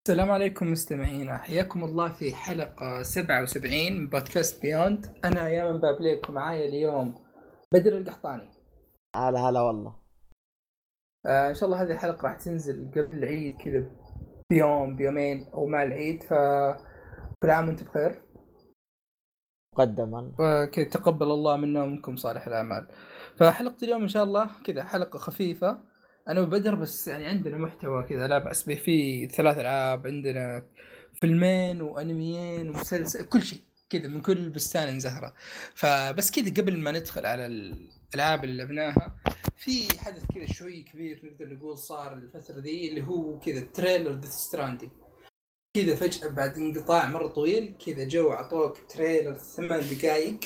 السلام عليكم مستمعينا، حياكم الله في حلقة 77 من بودكاست بيوند. أنا يا من بابليك، ومعايا اليوم بدر القحطاني. هلا هلا والله. إن شاء الله هذه الحلقة راح تنزل قبل العيد كذا بيوم بيومين أو مع العيد، فكل عام وأنتم بخير. مقدما. وكذا تقبل الله منا ومنكم صالح الأعمال. فحلقة اليوم إن شاء الله كذا حلقة خفيفة. أنا وبدر بس، يعني عندنا محتوى كذا لا بأس به، في 3 ألعاب عندنا، فيلمين وأنميين ومسلسل، كل شيء كذا من كل بستان زهرة. فبس كذا قبل ما ندخل على الألعاب اللي لعبناها، في حدث كذا شوي كبير نقدر نقول صار الفترة دي، اللي هو كذا تريلر ديث ستراندي. كذا فجأة بعد انقطاع مرة طويل كذا جو عطوك تريلر 8 دقائق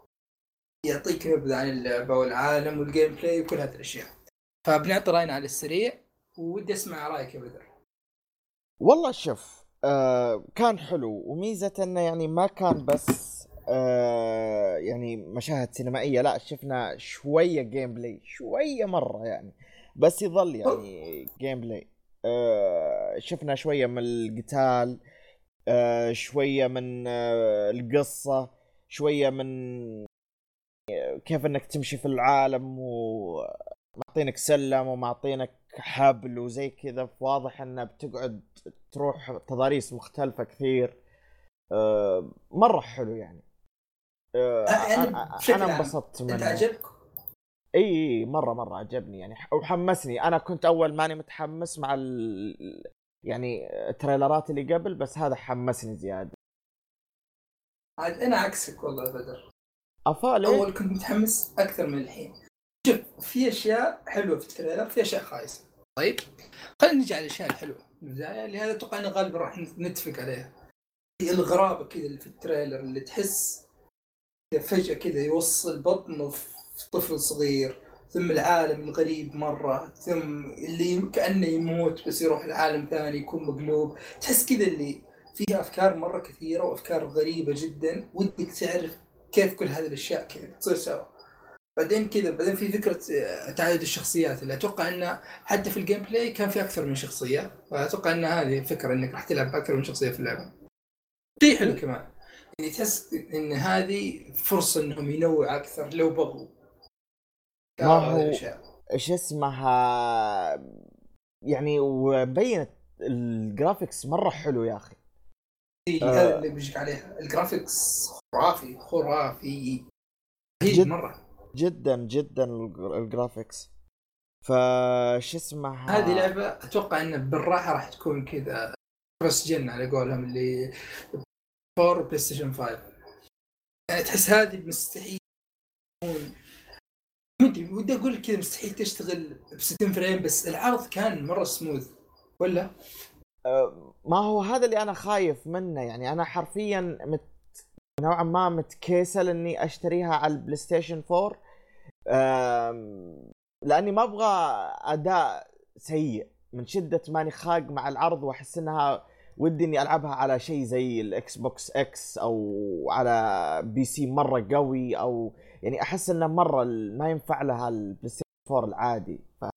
يعطيك نبذة عن اللعبة والعالم والجيم بلاي وكل هذه الأشياء. فبنعطي رأينا على السريع، ودي أسمع رأيك يا بدر. والله شوف، كان حلو، وميزة انه يعني ما كان بس يعني مشاهد سينمائية، لا شفنا شوية جيم بلاي، شوية مرة يعني، بس يظل يعني جيم بلاي. شفنا شوية من القتال، شوية من القصة، شوية من كيف انك تمشي في العالم، ومعطينك سلم ومعطينك حبل وزي كذا، فواضح انه بتقعد تروح تضاريس مختلفة كثير. مرة حلو يعني. يعني انا بشكل عام انبسطت أنت منه. عجبك؟ اي مرة عجبني يعني، وحمسني. انا كنت اول ماني متحمس مع يعني التريلرات اللي قبل، بس هذا حمسني زيادة. عاد أنا عكسك والله يا بدر. افا أول كنت متحمس أكثر من الحين. شوف، في أشياء حلوة في التريلر، في أشياء خايسة. طيب، خلينا نجي على الأشياء الحلوة من البداية، اللي هذا أتوقع أن غالبا راح نتفق عليها. هي الغرابة كذا اللي في التريلر، اللي تحس فجأة كذا يوصل بطنه في طفل صغير، ثم العالم الغريب مرة، ثم اللي كأنه يموت بس يروح لعالم ثاني يكون مقلوب. تحس كذا اللي فيها أفكار مرة كثيرة وأفكار غريبة جدا، ودك تعرف كيف كل هذه الأشياء كذا تصير سوا. بعدين في فكرة تعدد الشخصيات، اللي أتوقع أنه حتى في الجيم بلاي كان في أكثر من شخصية، فأتوقع أن هذه الفكرة أنك راح تلعب أكثر من شخصية في اللعبة. شيء حلو كمان، يعني تحس ان هذه فرصه انهم ينوع اكثر لو بغوا ما كاروا هذه هو الاشياء. ايش اسمها، يعني وبينت الجرافيكس مرة حلو يا اخي. هذا أه اللي بيجيك عليها، الجرافيكس خرافي خرافي، رهيب جد مره. جدا الجرافيكس. فش هذه اسمها. لعبه اتوقع انه بالراحه راح تكون كذا كروس جن على قولهم، اللي فور بلاي ستيشن 5. يعني تحس هذه مستحيل تكون، ودي اقول كذا مستحيل تشتغل ب 60 فريم، بس العرض كان مره سموث ولا؟ ما هو هذا اللي انا خايف منه، يعني انا حرفيا نوعا ما متكيسل اني اشتريها على البلاي ستيشن 4. لاني ما ابغى اداء سيء من شدة ماني خاق مع العرض، واحس انها ودي اني العبها على شيء زي الاكس بوكس اكس، او على بي سي مرة قوي، او يعني احس انه مرة ما ينفع لها البلاي ستيشن 4 العادي.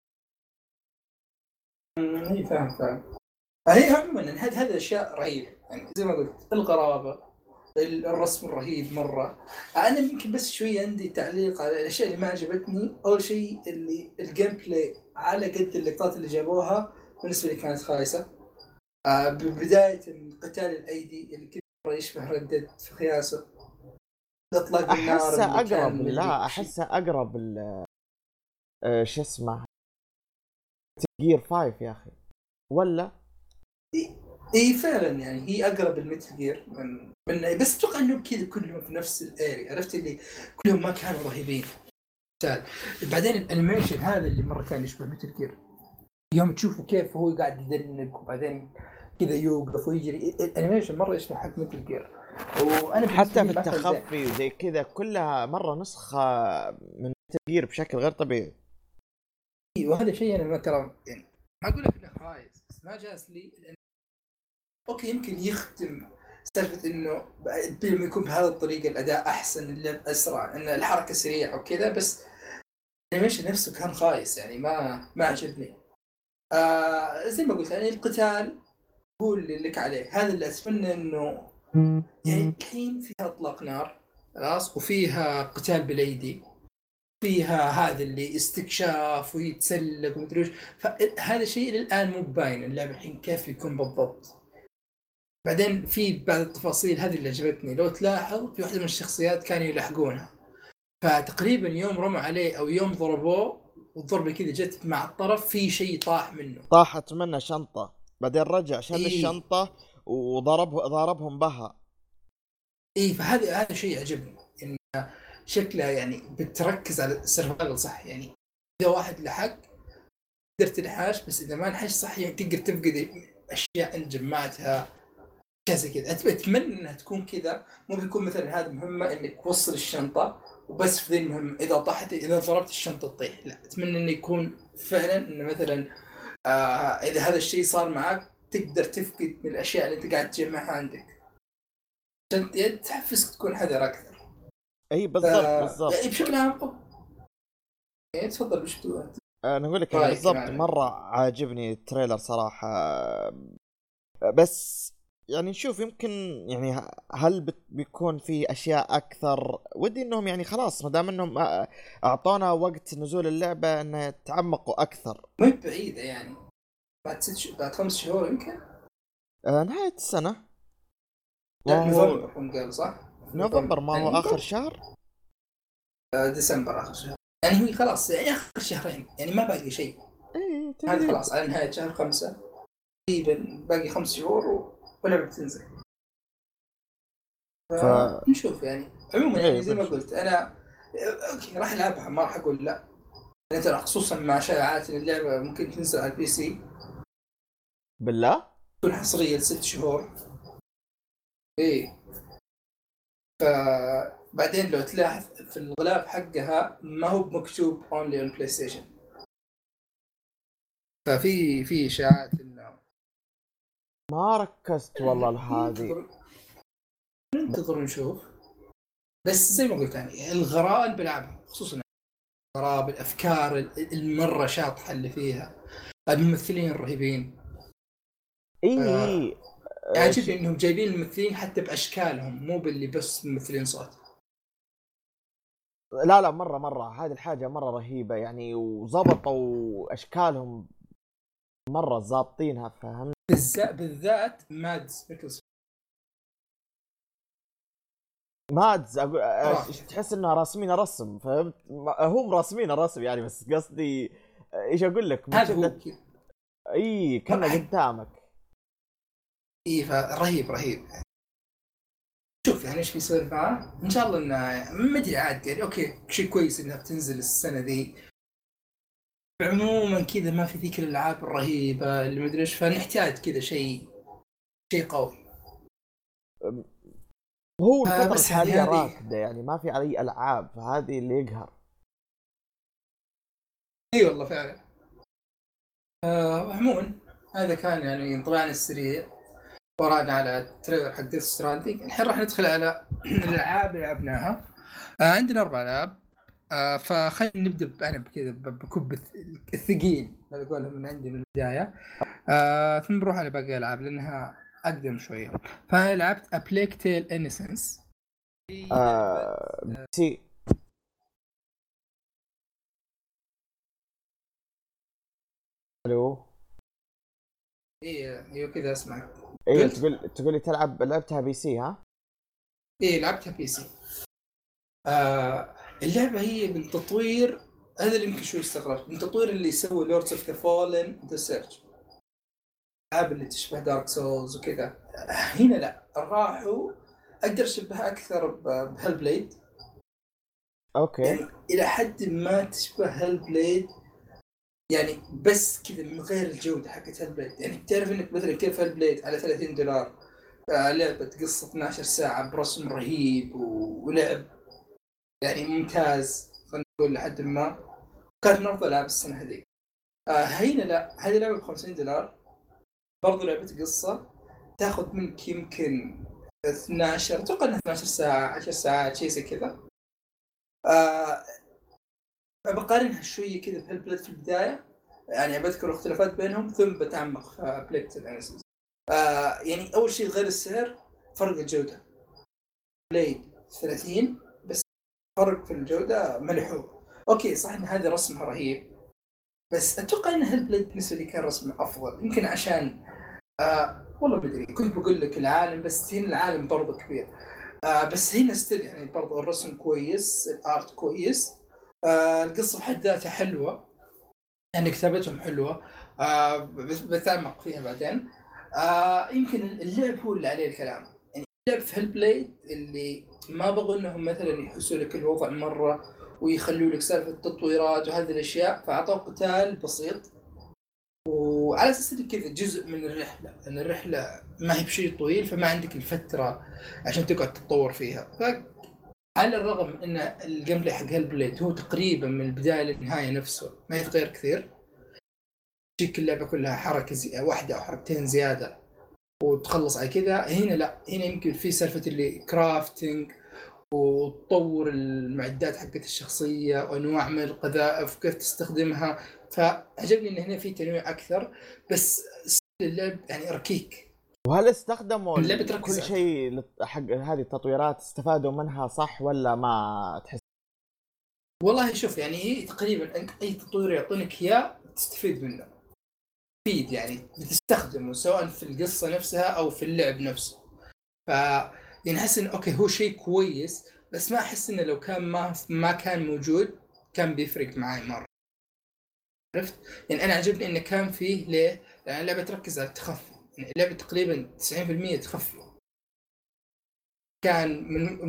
هي فاهم. هي عموما هذه الاشياء رهيبه، يعني زي ما قلت الغرابه، الرسم الرهيب مره. انا يمكن بس شوي عندي تعليق على الاشياء اللي ما عجبتني. اول شيء اللي الجيم بلاي على قد اللقطات اللي جابوها بالنسبه لي كانت خايسه. ببدايه قتال الايدي اللي كذا مره يشبه ردد في قياسه، اطلاق النار احسه اللي اقرب، كان مدري لا شيء. احسه اقرب شو اسمه، جير 5 يا اخي، ولا؟ اي فعلا، يعني هي اقرب الميتل جير من بس اتوقع انهم كذا كلهم في نفس الاري، عرفت اللي كلهم ما كانوا رهيبين. بعدين الانيميشن هذا اللي مره كان يشبه ميتل جير، يوم تشوفه كيف هو قاعد يدنق وبعدين كذا يوقف ويجري، الانيميشن مره يشبه حق ميتل جير. وانا بالنسبه حتى لي في مثلا زين. التخفي وزي كذا كلها مرة نسخة من تغيير بشكل غير طبيعي. وهذا شيء انا ما ترى، يعني ما اقول لك انه خايس، بس ما جاز لي اوكي يمكن يختم سالفه انه لما يكون بهذه الطريقه الاداء احسن، اللعب اسرع، ان الحركه سريعه وكذا، بس الانيميشن نفسه كان خايس، يعني ما عجبني. زي ما قلت يعني القتال هو اللي لك عليه. هذا اللي اتمنى انه يعني الحين فيها اطلاق نار خلاص، وفيها قتال بالايدي، فيها هذا اللي استكشاف ويتسلق ومدري ايش. فهذا شيء للان مو باين اللعبه الحين كيف يكون بالضبط. بعدين في بعض التفاصيل هذه اللي عجبتني، لو تلاحظ في واحده من الشخصيات كانوا يلحقونها، فتقريبا يوم رموا عليه او يوم ضربوه والضربه كذا جت مع الطرف في شيء طاح منه. طاحت منه شنطة، بعدين رجع شل اي الشنطة وضربهم بها. اي فهذا شيء عجبني ان شكله يعني بتركز على السرفايفل صح. يعني اذا واحد لحق تقدر تنحاش، بس اذا ما انحاش صح يعني تقدر تفقد اشياء انت جمعتها كذا كذا. اتمنى انها تكون كذا، مو بيكون مثلا هذه مهمه انك توصل الشنطه وبس، في ذي المهمه اذا طاحت اذا ضربت الشنطه تطيح. لا، اتمنى انه يكون فعلا انه مثلا اذا هذا الشيء صار معك تقدر تفقد من الاشياء اللي انت قاعد تجمعها عندك، عشان تحفزك تكون حذر اكثر. اي بالضبط بالضبط. يعني بشكل عام يعني تفضل وش تقول انا اقول لك يعني رايك بالضبط، كمان. مرة عاجبني التريلر صراحة. بس يعني نشوف يمكن يعني هل بيكون في اشياء اكثر. ودي انهم يعني خلاص ما دام انهم اعطونا وقت نزول اللعبة ان يتعمقوا اكثر. ما هي بعيده يعني، بعد 5 شهور يمكن. نهاية السنة. ما لا هو نوفمبر هم قالوا صح؟ نوفمبر، ما يعني هو اخر ممكن شهر. ديسمبر اخر شهر. يعني هو خلاص يعني اخر شهرين، يعني ما باقي شيء. ايه هذا تقريبا. خلاص على نهايه شهر 5 تقريبا، باقي 5 شهور واللعبه بتنزل. ف فنشوف يعني. عموما ايه يعني زي ما بنشوف. قلت انا اوكي راح العبها، ما راح اقول لا. يعني ترى خصوصا مع شائعات ان اللعبه ممكن تنزل على البي سي، بالله. تكون حصريه ل6 شهور. ايه فبعدين لو تلاحظ في الغلاف حقها ما هو مكتوب اونلي اون بلاي ستيشن. ففي اشاعات انه ما ركزت والله لهذه. ننتظر ونشوف. بس زي ما قلت يعني الغرائب بلعبها، خصوصا الغرائب، الافكار المره شاطحه اللي فيها، الممثلين الرهيبين. اي يعجبني انهم جايبين الممثلين حتى باشكالهم، مو باللي بس ممثلين صوت. لا لا، مرة هذه الحاجة مرة رهيبة يعني، وظبطوا اشكالهم مرة ظابطينها، فهمت. بالذات مادز ميكلز مادز أقول خرافي. تحس انها راسمينه رسم، فهمت. هم راسمينه رسم يعني، بس قصدي ايش اقول لك من هذا هو شدة. كذا اي كنا قدامك. اي فرهيب رهيب. شوف يعني ايش بيصير معاه ان شاء الله. انه ما ادري عاد يعني اوكي شيء كويس انها بتنزل السنه ذي. عموما كذا ما في ذيك الالعاب الرهيبه اللي ما ادري ايش، فنحتاج كذا شيء قوي. هو الفترة بس يعني الحالية هذه راكدة يعني، ما في اي العاب، هذه اللي يقهر. اي والله فعلا. عموما هذا كان يعني انطباعنا السريع ورانا على التريلر حق ديث ستراندينج. الحين راح ندخل على الالعاب اللي لعبناها. عندنا 4 العاب. فخلينا نبدا انا بكذا بكب الثقيل هذا قولها من عندي من البدايه. ثم نروح على باقي الالعاب لانها اقدم شويه. فانا لعبت ابليك تيل انيسنس. هي لعبه سي. الو. ايوه كذا اسمعك. ايه قلت تقول لي تلعب لعبتها بي سي ها؟ ايه لعبتها بي سي. اللعبه هي من تطوير، هذا اللي يمكن شوي استغربت، من تطوير اللي يسوي لوردز اوف ذا فولن ذا سيرش، الالعاب اللي تشبه دارك سولز وكذا. هنا لا، راحوا اقدر اشبهها اكثر بهال بليد. اوكي. يعني الى حد ما تشبه هال بليد، يعني بس كذا من غير الجوده حقت هال بليد. يعني تعرف انك مثلا كيف هال بليد على $30 لعبه قصه 12 ساعه برسم رهيب ولعب يعني ممتاز، خلينا نقول لحد ما كانت من افضل العاب السنه هذه. هنا لا، هذه لعبه $50 برضو لعبه قصه، تاخذ منك يمكن 12، اتوقع انها 12 ساعه 10 ساعات شيء زي كذا. آه بقارنها شويه كذا بهالبلد في البدايه، يعني بذكر الاختلافات بينهم ثم بتعمق في بليت الانسنس. يعني اول شيء غير السعر، فرق الجوده. بليد 30 بس فرق في الجوده ملحوظ. اوكي صح ان هذا رسمها رهيب، بس اتوقع ان هالبليد بالنسبه لي كان رسمه افضل، يمكن عشان والله ما ادري، كنت بقول لك العالم، بس هنا العالم برضه كبير. بس هنا ستيل يعني برضه الرسم كويس، الارت كويس. القصه بحد ذاتها حلوه، يعني كتابتهم حلوه. بس بتعمق فيها بعدين. يمكن اللعب هو اللي عليه الكلام. يعني اللعب في هالبليد اللي ما بغوا انهم مثلا يحسوا لك الوضع مره ويخلوا لك سالفه التطويرات وهذه الاشياء، فاعطوه قتال بسيط وعلى اساس انك كذا جزء من الرحله، لان الرحله ما هي بشيء طويل، فما عندك الفتره عشان تقعد تتطور فيها. فعلى الرغم ان الجيم بلاي حق هالبليد هو تقريبا من البدايه للنهايه نفسه، ما يتغير كثير، تجيك اللعبه كلها حركه واحده او حركتين زياده وتخلص على كذا. هنا لا، هنا يمكن في سالفه اللي كرافتنج وتطور المعدات حقت الشخصيه وانواع من القذائف وكيف تستخدمها. فعجبني ان هنا في تنويع اكثر، بس اللعب يعني ركيك. وهل استخدموا اللعبه تركز كل أكثر. شيء حق هذه التطويرات استفادوا منها صح ولا ما تحس؟ والله شوف، يعني هي تقريبا انت اي تطوير يعطونك اياه تستفيد منه، تفيد يعني بتستخدمه سواء في القصه نفسها او في اللعب نفسه. ف يعني احس انه اوكي هو شيء كويس، بس ما احس انه لو كان ما كان موجود كان بيفرق معي مره. عرفت؟ يعني انا عجبني انه كان فيه. ليه؟ لان اللعبه تركز على التخفي، يعني اللعبه تقريبا 90% تخفي، كان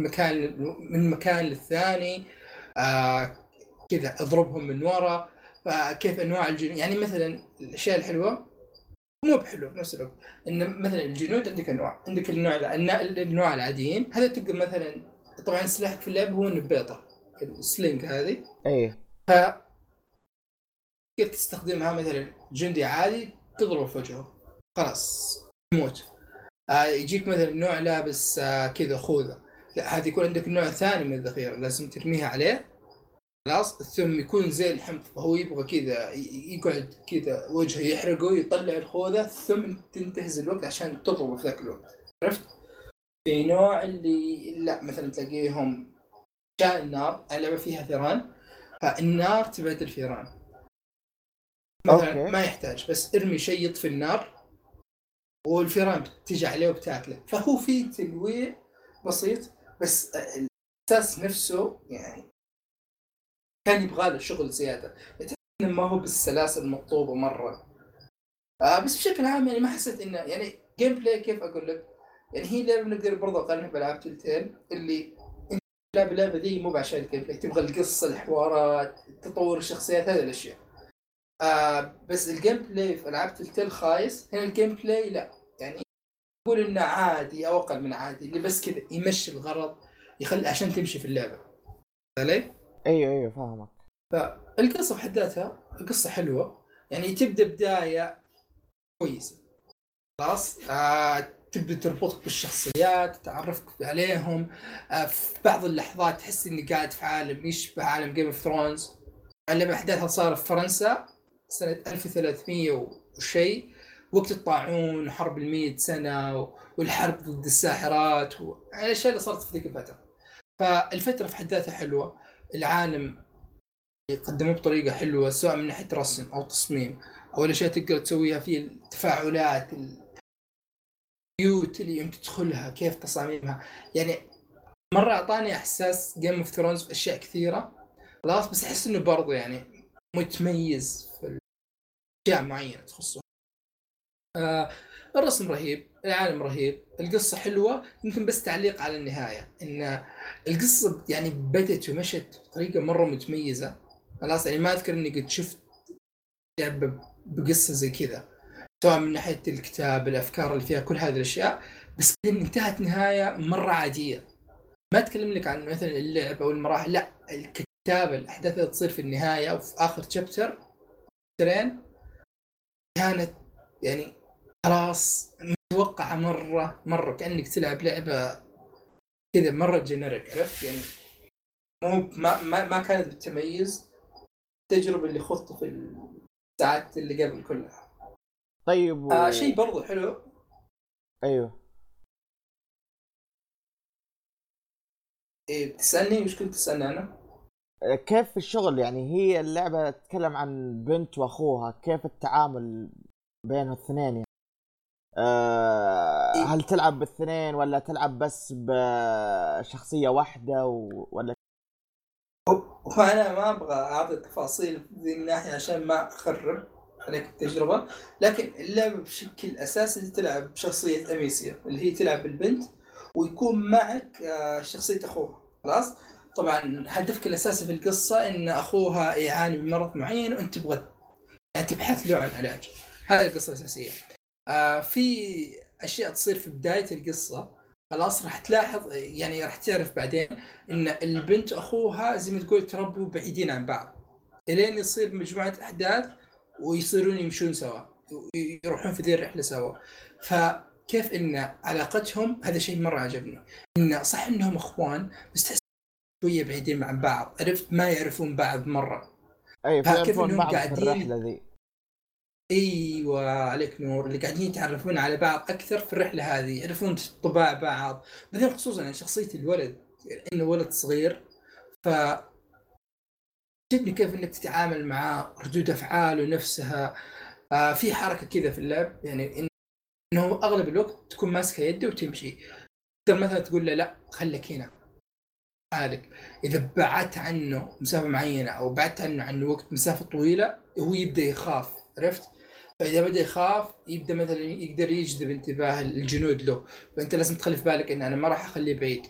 من مكان للثاني. آه كذا اضربهم من ورا. فكيف انواع الجنود، يعني مثلا الاشياء الحلوه مو بحلو في نفس الوقت، ان مثلا الجنود عندك انواع، عندك النوع العاديين، هذا تقدر مثلا، طبعا سلاحك في اللعب هو النبيطه، السلينج هذه. ايه. ف كيف تستخدمها؟ مثلا جندي عادي تضرب في وجهه خلاص يموت. يجيك مثلا نوع لابس كذا خوذه، لا هذه يكون عندك النوع الثاني من الذخيره لازم ترميها عليه خلاص، ثم يكون زي الحمض، فهو يبغى كذا يقعد كذا وجهه يحرقه، يطلع الخوذه ثم تنتهز الوقت عشان تضربه في ذاك الوقت. عرفت؟ في نوع اللي لا مثلا تلاقيهم جاء النار، اللعبه فيها ثيران، فالنار تبعد الفيران. مثلا اوكي. ما يحتاج، بس ارمي شيء يطفي النار والفيران بتجي عليه وبتاكله. فهو في تنويع بسيط، بس الاساس نفسه يعني كان يبغى له شغل زياده، ما هو بالسلاسل المطلوبه مره. بس بشكل عام يعني ما حسيت انه يعني جيم بلاي، كيف اقول لك، يعني هي لعبه نقدر برضه اقارنها بالعاب تلتين، اللي انت تلعب اللعبه ذي مو بعشان الجيم بلاي، تبغى القصه، الحوارات، تطور الشخصيات، هذه الاشياء. بس الجيم بلاي في العاب تلتين خايس، هنا الجيم بلاي لا، يعني يقول انه عادي او اقل من عادي، اللي بس كذا يمشي الغرض، يخلي عشان تمشي في اللعبه علي. ايوه ايوه فاهمك. فالقصه بحد ذاتها القصه حلوه، يعني تبدا بدايه كويسه خلاص. تبدا تربطك بالشخصيات، تعرفك عليهم. في بعض اللحظات تحس اني قاعد في عالم يشبه عالم جيم اوف ثرونز. اللعبه احداثها صار في فرنسا سنه 1300 وشيء، وقت الطاعون وحرب ال100 سنه والحرب ضد الساحرات والاشياء اللي صارت في ذيك الفتره. فالفتره في حد ذاتها حلوه، العالم يقدموه بطريقه حلوه سواء من ناحيه رسم او تصميم او الاشياء تقدر تسويها في التفاعلات، البيوت اللي انت تدخلها كيف تصاميمها. يعني مره اعطاني احساس جيم اوف ثرونز في اشياء كثيره خلاص، بس احس انه برضو يعني متميز في اشياء معينه تخصه. آه الرسم رهيب، العالم رهيب، القصه حلوه. يمكن بس تعليق على النهايه، ان القصه يعني بدت ومشت بطريقه مره متميزه خلاص. يعني ما اذكر اني قد شفت لعبه بقصه زي كذا، سواء من ناحيه الكتاب، الافكار اللي فيها، كل هذه الاشياء، بس انتهت نهايه مره عاديه. ما اتكلم لك عن مثلا اللعب او المراحل، لا الكتابه، الاحداث اللي تصير في النهايه او في اخر تشابتر ترين كانت يعني خلاص متوقعه مره كانك تلعب لعبه كذا مره جينيريك. عرفت يعني؟ مو ما كانت بالتميز التجربه اللي خضت في الساعات اللي قبل كلها. طيب شيء برضو حلو. ايوه. إيه بتسالني وش كنت تسالني انا؟ كيف في الشغل؟ يعني هي اللعبة تتكلم عن بنت واخوها، كيف التعامل بين الاثنين يعني؟ إيه هل تلعب بالاثنين ولا تلعب بس بشخصية واحدة ولا؟ وانا ما ابغى اعطي تفاصيل ذي الناحيه عشان ما اخرب عليك التجربه، لكن اللعبه بشكل اساسي تلعب بشخصيه اميسيا اللي هي تلعب البنت، ويكون معك شخصيه اخوها. خلاص. طبعا هدفك الاساسي في القصه ان اخوها يعاني من مرض معين وانت تبغى يعني تبحث له عن علاج. هذه القصه الاساسيه. في اشياء تصير في بدايه القصه، خلاص راح تلاحظ يعني راح تعرف بعدين ان البنت واخوها زي ما تقول تربوا بعيدين عن بعض، الين يصير مجموعه احداث ويصيرون يمشون سوا، يروحون في ذي الرحله سوا. فكيف ان علاقتهم هذا شيء مره عجبني، ان صح انهم اخوان بس تحس شويه بعيدين عن بعض، عرفت ما يعرفون بعض مره. اي، فكيف فيعرفون انهم بعض في قاعدين، الرحلة ذي. ايوه عليك نور، اللي قاعدين يتعرفون على بعض اكثر في الرحله هذه، يعرفون طباع بعض، بعدين خصوصا يعني شخصيه الولد، يعني انه ولد صغير. ف جدني كيف انك تتعامل معاه، ردود افعاله نفسها. في حركه كذا في اللعب يعني انه اغلب الوقت تكون ماسكه يده وتمشي، تقدر مثلا تقول له لا خليك هنا حالك. اذا بعدت عنه مسافه معينه او بعدت عنه وقت مسافه طويله هو يبدا يخاف، عرفت؟ فاذا بدا يخاف يبدا مثلا يقدر يجذب انتباه الجنود له، فانت لازم تخلي في بالك ان انا ما راح اخليه بعيد.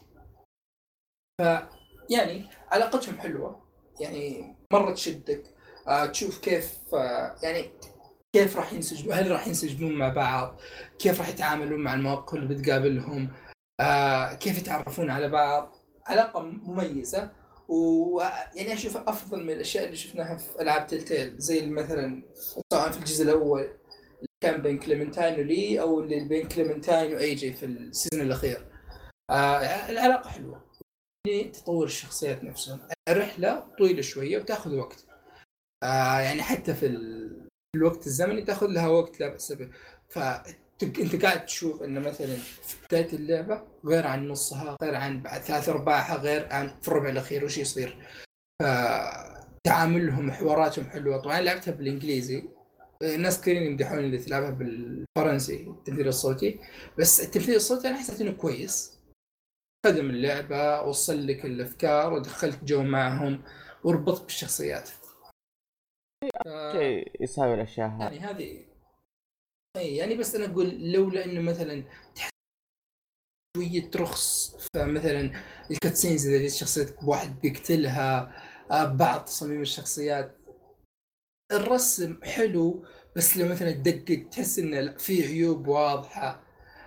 يعني علاقتهم حلوه، يعني مره تشدك. تشوف كيف يعني كيف راح ينسجنون، هل راح ينسجنون مع بعض، كيف راح يتعاملون مع المواقف اللي بتقابلهم، كيف يتعرفون على بعض. علاقة مميزة، ويعني أشوف أفضل من الأشياء اللي شفناها في ألعاب تلتيل، زي مثلا سواء في الجزء الأول اللي كان بين كليمنتاين ولي، أو اللي بين كليمنتاين وأي جي في السيزون الأخير. العلاقة حلوة، تطور الشخصيات نفسهم. الرحلة طويلة شوية وتاخذ وقت، يعني حتى في في الوقت الزمني تاخذ لها وقت لا بأس به. فانت قاعد تشوف ان مثلا في بدايه اللعبه غير عن نصها، غير عن بعد ثلاث ارباعها، غير عن في الربع الاخير وش يصير. تعاملهم حواراتهم حلوه. طبعا لعبتها بالانجليزي، الناس كثيرين يمدحون اللي تلعبها بالفرنسي التمثيل الصوتي، بس التمثيل الصوتي انا حسيت انه كويس، خدم اللعبه، وصل لك الافكار ودخلت جو معهم وربطت بالشخصيات. ف- شيء يساوي الاشياء هذه. يعني هذه اي يعني، بس انا اقول لولا انه مثلا شويه رخص، فمثلا الكاتسينز اذا جت شخصيه بواحد بيقتلها، بعض تصاميم الشخصيات، الرسم حلو، بس لو مثلا تدقق تحس انه في عيوب واضحه.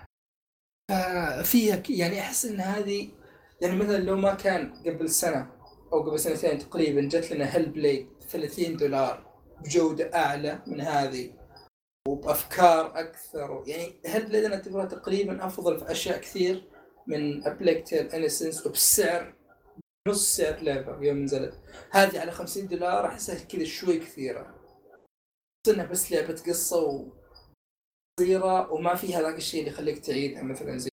فيها يعني احس ان هذه، يعني مثلا لو ما كان قبل سنه او قبل سنتين تقريبا جت لنا هيل بليد $30 بجوده اعلى من هذه وبافكار اكثر، يعني هل بليد انا اعتبرها تقريبا افضل في اشياء كثير من ابليك تيل انسنس، وبسعر نص سعر لعبه يوم نزلت. هذه على $50 احسها كذا شوي كثيره، انها بس لعبه قصه وقصيره وما فيها ذاك الشيء اللي يخليك تعيدها مثلا زي.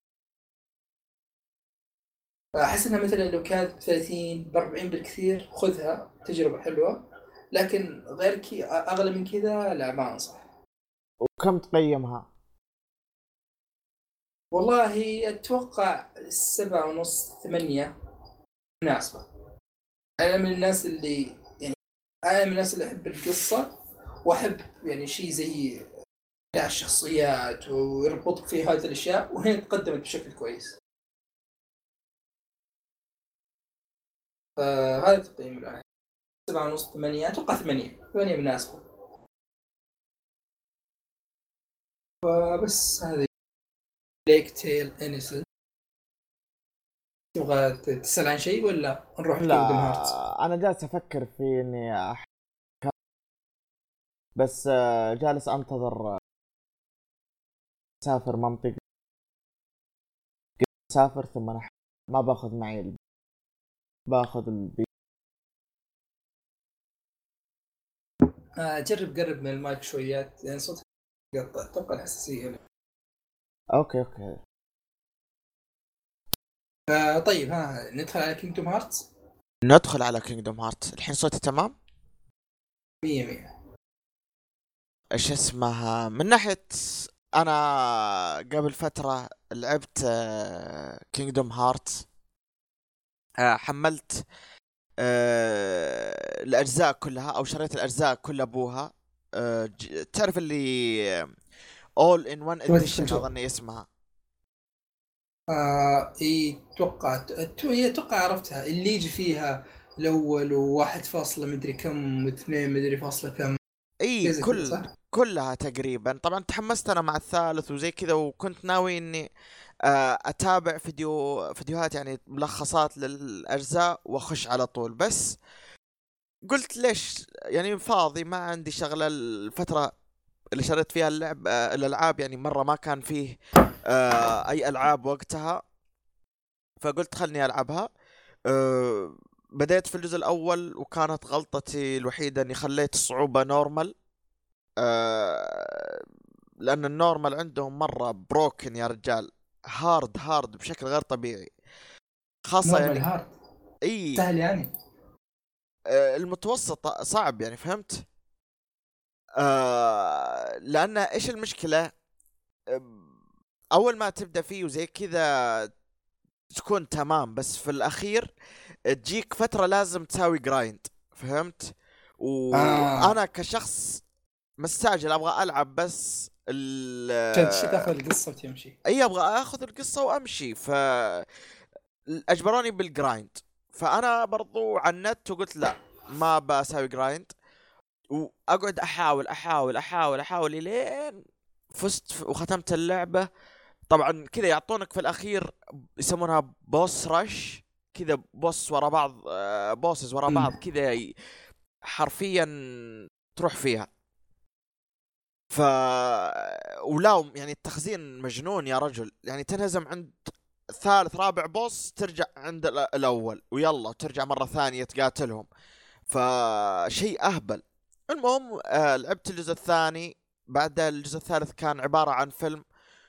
احس انها مثلا لو كانت ب 30 ب 40 بالكثير خذها تجربه حلوه، لكن غير كي اغلى من كذا لا ما انصح. وكم تقيمها؟ والله اتوقع 7.5 8 مناسبة. أنا من الناس اللي يعني أنا من الناس اللي أحب القصة، وأحب يعني شيء زي بناء الشخصيات ويربطك في هذه الأشياء، وهنا تقدمت بشكل كويس. فهذا تقييم الآن 7.5 8، أتوقع 8 مناسبة. فبس هذه ليك تيل إنيسن. تبغى تسأل عن شيء ولا نروح لا، كينجدم هارتس؟ انا جالس افكر في اني بس جالس انتظر اسافر منطقة، اسافر ثم ما باخذ معي باخذ جرب قرب من المايك شويات لأن صوتك يقطع، أتوقع الحساسية. اوكي اوكي. طيب ها ندخل على كينجدوم هارتس. ندخل على كينجدوم هارت. الحين صوتي تمام؟ 100. ايش اسمها من ناحية. انا قبل فترة لعبت كينجدوم هارت. حملت الاجزاء كلها او شريت الاجزاء كل ابوها. تعرف اللي اول ان وان اديشن اظني اسمها. اي اتوقع عرفتها اللي يجي فيها الاول وواحد فاصلة مدري كم واثنين مدري فاصلة كم. اي زي كذا صح؟ كلها تقريبا. طبعا تحمست انا مع الثالث وزي كذا، وكنت ناوي اني اتابع فيديوهات يعني ملخصات للاجزاء واخش على طول. بس قلت ليش يعني فاضي ما عندي شغلة الفترة اللي شريت فيها الالعاب، يعني مرة ما كان فيه اي العاب وقتها، فقلت خلني العبها. بديت في الجزء الاول وكانت غلطتي الوحيدة اني خليت الصعوبة نورمال. لان النورمال عندهم مرة بروكن يا رجال، هارد بشكل غير طبيعي، خاصة نورمال يعني. هارد اي سهل يعني. المتوسط صعب يعني، فهمت؟ لان ايش المشكلة؟ اول ما تبدأ فيه وزي كذا تكون تمام، بس في الاخير تجيك فترة لازم تساوي جرايند، فهمت؟ اه وانا كشخص مستعجل ابغى العب بس تاخذ القصة وتمشي. اي ابغى اخذ القصة وامشي، اجبروني بالجرايند. فانا برضو عنت وقلت لا، ما بساوي جرايند، واقعد احاول الين فزت وختمت اللعبة. طبعا كذا يعطونك في الاخير يسمونها بوس رش، كذا بوس ورا بعض، بوسز ورا بعض كذا، حرفيا تروح فيها. ف ولا يعني التخزين مجنون يا رجل، يعني تنهزم عند ثالث رابع بوس ترجع عند الاول ويلا ترجع مرة ثانية تقاتلهم، فشيء اهبل. المهم لعبت الجزء الثاني. بعد الجزء الثالث كان عبارة عن فيلم،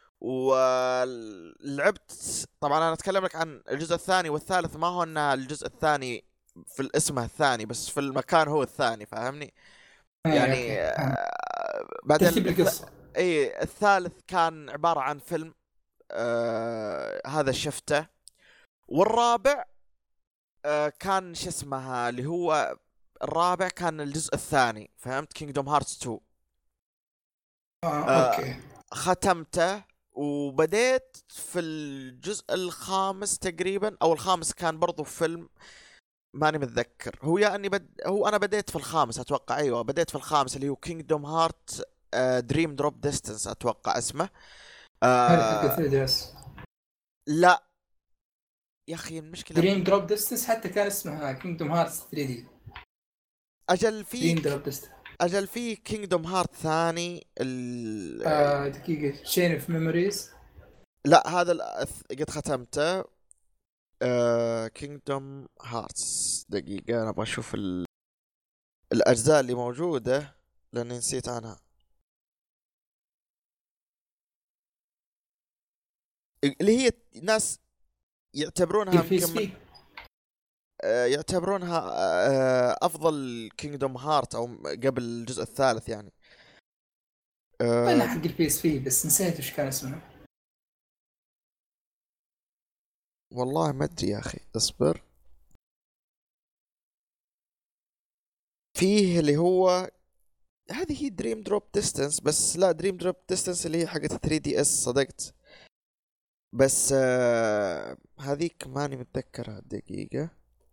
ولعبت. طبعا انا اتكلم لك عن الجزء الثاني والثالث، ما هو ان الجزء الثاني في الاسم الثاني بس في المكان هو الثاني، فاهمني؟ اي يعني اوكي بعدين ترتيب القصة. اي الثالث كان عبارة عن فيلم، هذا شفته. والرابع كان شو اسمها اللي هو الرابع كان الجزء الثاني، فهمت؟ كينجدوم هارتس 2. اوكي. ختمته وبديت في الجزء الخامس تقريبا، او الخامس كان برضو فيلم، ماني متذكر. هو يا اني هو انا بديت في الخامس اتوقع. ايوه بديت في الخامس اللي هو كينجدوم هارت دريم دروب ديستنس اتوقع اسمه. هذا حق آه 3 دي اس. لا يا اخي المشكله دريم دروب ديستنس حتى كان اسمها كينجدوم هارتس 3 دي. اجل دريم فيك. دروب ديستنس. اجل في كينجدوم هارت ثاني دقيقة شين اوف ميموريز. لا هذا قد ختمته. كينجدوم هارتس دقيقة انا ابغى اشوف الاجزاء اللي موجودة لاني نسيت عنها. اللي هي ناس يعتبرونها البي اس يمكن بي. يعتبرونها افضل كينجدوم هارت او قبل الجزء الثالث يعني. انا حق البي اس بي بس نسيت وش كان اسمه. والله ما ادري يا اخي، اصبر. فيه اللي هو هذه هي دريم دروب ديستنس، بس لا دريم دروب ديستنس اللي هي حقت 3 دي اس، صدقت. بس هذيك ماني متذكرها دقيقة.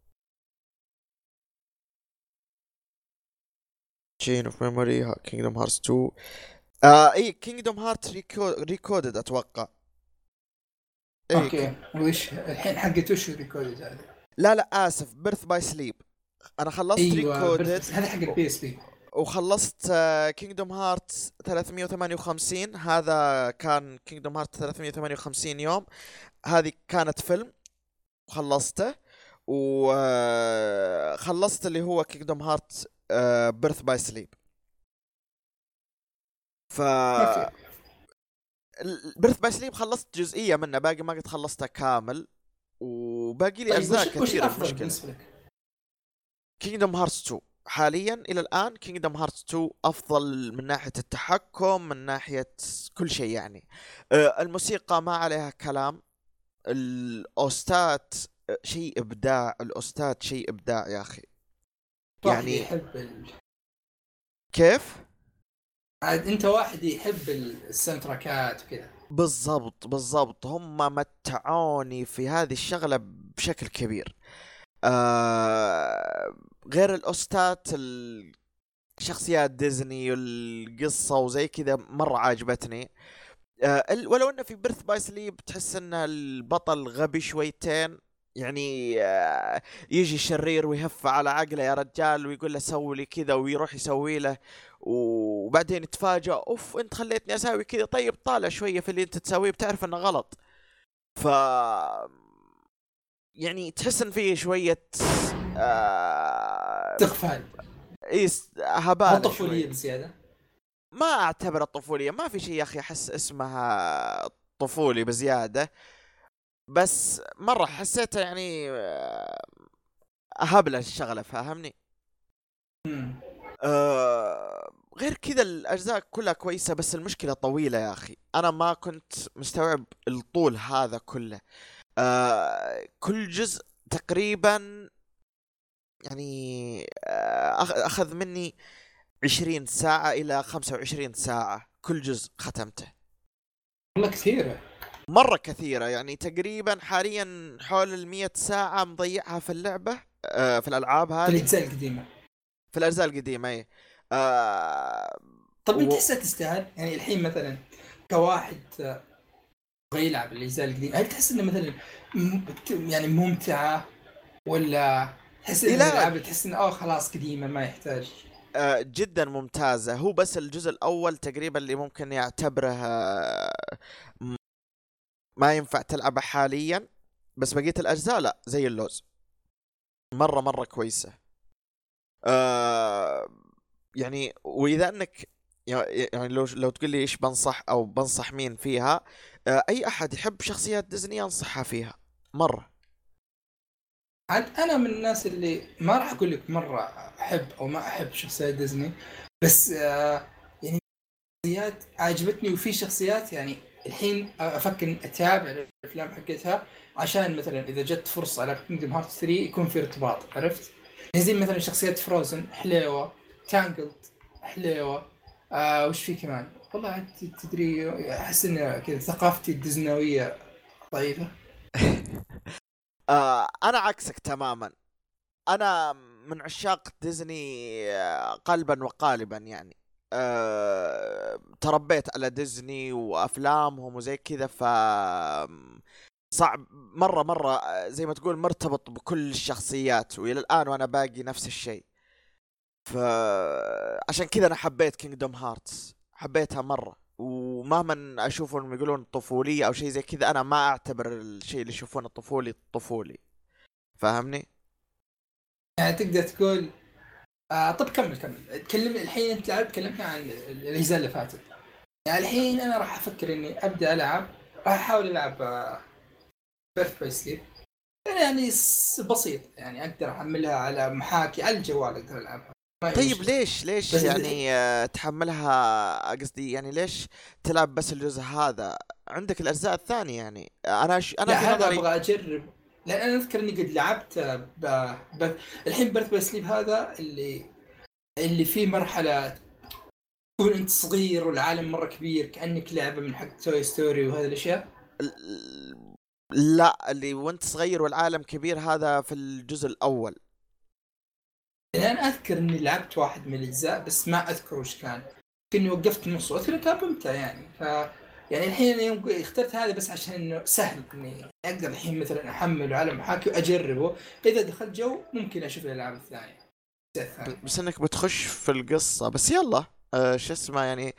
تشين اوف ميموري كينجدوم هارتس 2. اي كينجدوم هارت ريكودد اتوقع. اي اوكي وش الحين حقت وش الريكورد هذا؟ لا اسف، بيرث باي سليب. انا خلصت ايوه ريكودد هذا حق البي اس بي. وخلصت كينجدوم هارت 358. هذا كان كينجدوم هارت 358 يوم. هذه كانت فيلم وخلصته. وخلصت اللي هو كينجدوم هارت بيرث باي سليب. ف اوكي بيرث باي سليب خلصت جزئيه منه، باقي ما قد خلصتها كامل، وباقي لي طيب اجزاء وش كثيره. الافضل المشكله بالنسبه لك؟ كينجدم هارتس 2 حاليا الى الان، كينجدم هارتس 2 افضل من ناحيه التحكم، من ناحيه كل شيء يعني. الموسيقى ما عليها كلام، الاوستات شيء ابداع، الاوستات شيء ابداع يا اخي. واحد يعني يحب كيف؟ عاد انت واحد يحب السنتراكات وكذا. بالضبط بالضبط، هم متعوني في هذه الشغله بشكل كبير. آه غير الاوستات، شخصيات ديزني والقصة وزي كذا مرة عاجبتني. ولو انه في بيرث باي سليب تحس ان البطل غبي شويتين، يعني يجي شرير ويهف على عقله يا رجال ويقول له سوي لي كذا، ويروح يسوي له، وبعدين يتفاجأ اوف انت خليتني اسوي كذا. طيب طالع شوية في اللي انت تسويه بتعرف انه غلط. ف يعني تحس ان فيه شوية استغفال او هبالة طفوليه شوي. بزياده. ما اعتبر الطفولية، ما في شيء يا اخي احس اسمها طفولي بزيادة، بس مرة حسيتها يعني هبلة الشغلة، فاهمني؟ امم غير كذا الاجزاء كلها كويسة، بس المشكلة طويلة يا اخي، انا ما كنت مستوعب الطول هذا كله. كل جزء تقريبا يعني اخذ مني 20 ساعة الى 25 ساعة كل جزء ختمته. والله كثيره. مرة كثيرة، يعني تقريبا حاليا حول 100 ساعة مضيعها في اللعبة، في الألعاب في هذه، الاجزاء القديمه. في الأجزاء القديمة اي. آه طب انت و... تحسها تستاهل؟ يعني الحين مثلا كواحد بغى يلعب الاجزاء القديمه، هل تحس انه مثلا يعني ممتعه، ولا تحس ان لا، الالعاب تحس انه خلاص قديمه ما يحتاج؟ جدا ممتازة. هو بس الجزء الأول تقريبا اللي ممكن يعتبره ما ينفع تلعبه حاليا، بس بقية الأجزاء لا زي اللوز، مرة مرة كويسة. آه يعني واذا انك يعني لو تقول لي ايش بنصح او بنصح مين فيها، اي احد يحب شخصيات ديزني انصحها فيها مره. عاد انا من الناس اللي ما راح اقول لك مره احب او ما احب شخصيات ديزني، بس يعني شخصيات عجبتني، وفي شخصيات يعني الحين افكر اتابع الافلام حقتها عشان مثلا اذا جت فرصه على كينجدم هارت 3 يكون في ارتباط، عرفت؟ يعني زي مثلا شخصيات فروزن حليوه، تانجلد حليوه. وش في كمان؟ والله عاد تدري احس ان كذا ثقافتي الديزنويه ضعيفه. انا عكسك تماما، انا من عشاق ديزني قلبا وقالبا يعني. تربيت على ديزني وافلامهم وزي كذا، ف صعب مرة مرة زي ما تقول مرتبط بكل الشخصيات، والى الان وانا باقي نفس الشيء. فعشان كذا انا حبيت كينجدوم هارتس، حبيتها مره. ومهما اشوفهم يقولون طفوليه او شيء زي كذا، انا ما اعتبر الشيء اللي يشوفونه طفولي طفولي، فاهمني؟ يعني تقدر تقول طب كمل تكلم الحين. انت لعبت كلمتنا عن الاجزاء اللي فاتت، يعني الحين انا راح افكر اني ابدا العب، راح احاول العب بيرث باي سليب. يعني بسيط، يعني اقدر احملها على محاكي على الجوال، اقدر العبها ما هي طيب مشكله. ليش بس يعني تحملها؟ قصدي يعني ليش تلعب بس الجزء هذا؟ عندك الاجزاء الثانيه يعني. انا لا في هذا نظري. ابغى اجرب، لان انا اذكر اني قد لعبت الحين بيرث باي سليب هذا اللي فيه مرحله تكون انت صغير والعالم مره كبير كانك لعبه من حق توي ستوري وهذه الاشياء. لا، اللي وانت صغير والعالم كبير هذا في الجزء الاول. يعني انا اذكر اني لعبت واحد من الاجزاء بس ما اذكر وش كان، كني وقفت نص واذكر كان ممتع يعني. يعني الحين يوم اخترت هذا بس عشان انه سهل اني اقدر الحين مثلا احمله على محاكي واجربه، اذا دخلت جو ممكن اشوف الالعاب الثانيه بس انك بتخش في القصة بس يلا. شو اسمه يعني.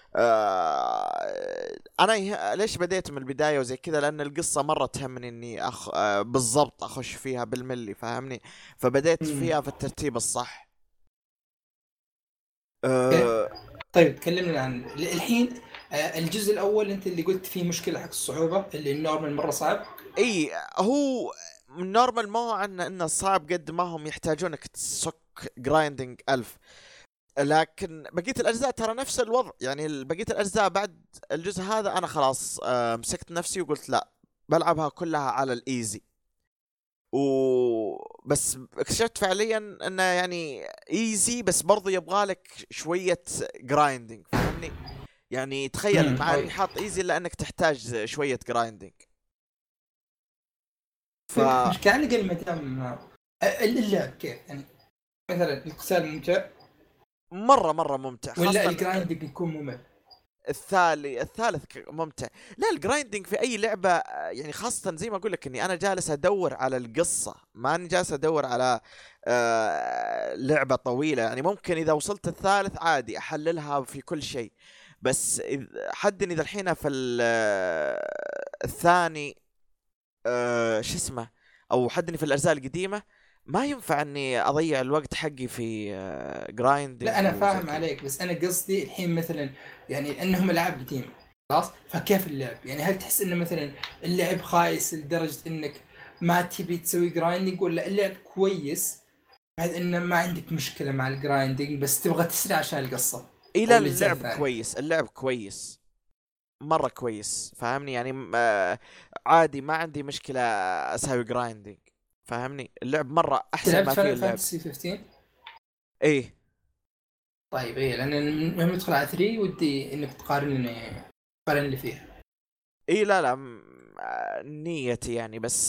انا ليش بديت من البداية وزي كذا؟ لان القصة مرة تهمني اني بالضبط اخش فيها بالملي، فاهمني؟ فبديت فيها في الترتيب الصح. اوكي. آه، طيب تكلمنا عن الحين الجزء الاول انت اللي قلت فيه مشكله حق الصعوبه اللي النورمال مره صعب. اي هو نورمال، ما هو عنا انه صعب قد ما هم يحتاجونك تسك جرايندنج 1000. لكن بقية الأجزاء ترى نفس الوضع، يعني بقية الأجزاء بعد الجزء هذا أنا خلاص مسكت نفسي وقلت لا، بلعبها كلها على الإيزي. بس اكتشفت فعليا انه يعني ايزي، بس برضو يبغالك شوية جرايندنج، فاهمني؟ يعني تخيل مع اني حاط ايزي الا انك تحتاج شوية جرايندنج. ف مش كان على الاقل ما دام اللعب كيف يعني، مثلا القتال ممتع مرة ممتع، ولا خاصة الجرايندنج يكون ممل؟ الثالث ممتع. لا الجرايندنج في اي لعبة يعني، خاصة زي ما اقول لك اني انا جالس ادور على القصة، ما اني جالس ادور على لعبة طويلة. يعني ممكن اذا وصلت الثالث عادي احللها في كل شيء، بس حدني اذا الحين في الثاني شو اسمه، او حدني في الاجزاء القديمة، ما ينفع اني اضيع الوقت حقي في لا جرايندنج انا وزي فاهم كذا. عليك، بس انا قصدي الحين مثلا يعني انهم العاب قديمه خلاص، فكيف اللعب يعني؟ هل تحس انه مثلا اللعب خايس لدرجه انك ما تبي تسوي جرايندنج، ولا اللعب كويس بحيث انه ما عندك مشكله مع الجرايندنج بس تبغى تسرع عشان القصه اي او لا الاجزاء اللعب الثانيه؟ كويس، اللعب كويس مرة كويس، فاهمني؟ يعني عادي ما عندي مشكلة اسوي جرايندينج، فاهمني؟ اللعب مرة احسن لعبت ما فيه فاينل اللعب. فانتسي 15؟ ايه طيب ايه، لان لما ندخل على 3 ودي انك تقارن لي فيها. ايه لا نيتي يعني، بس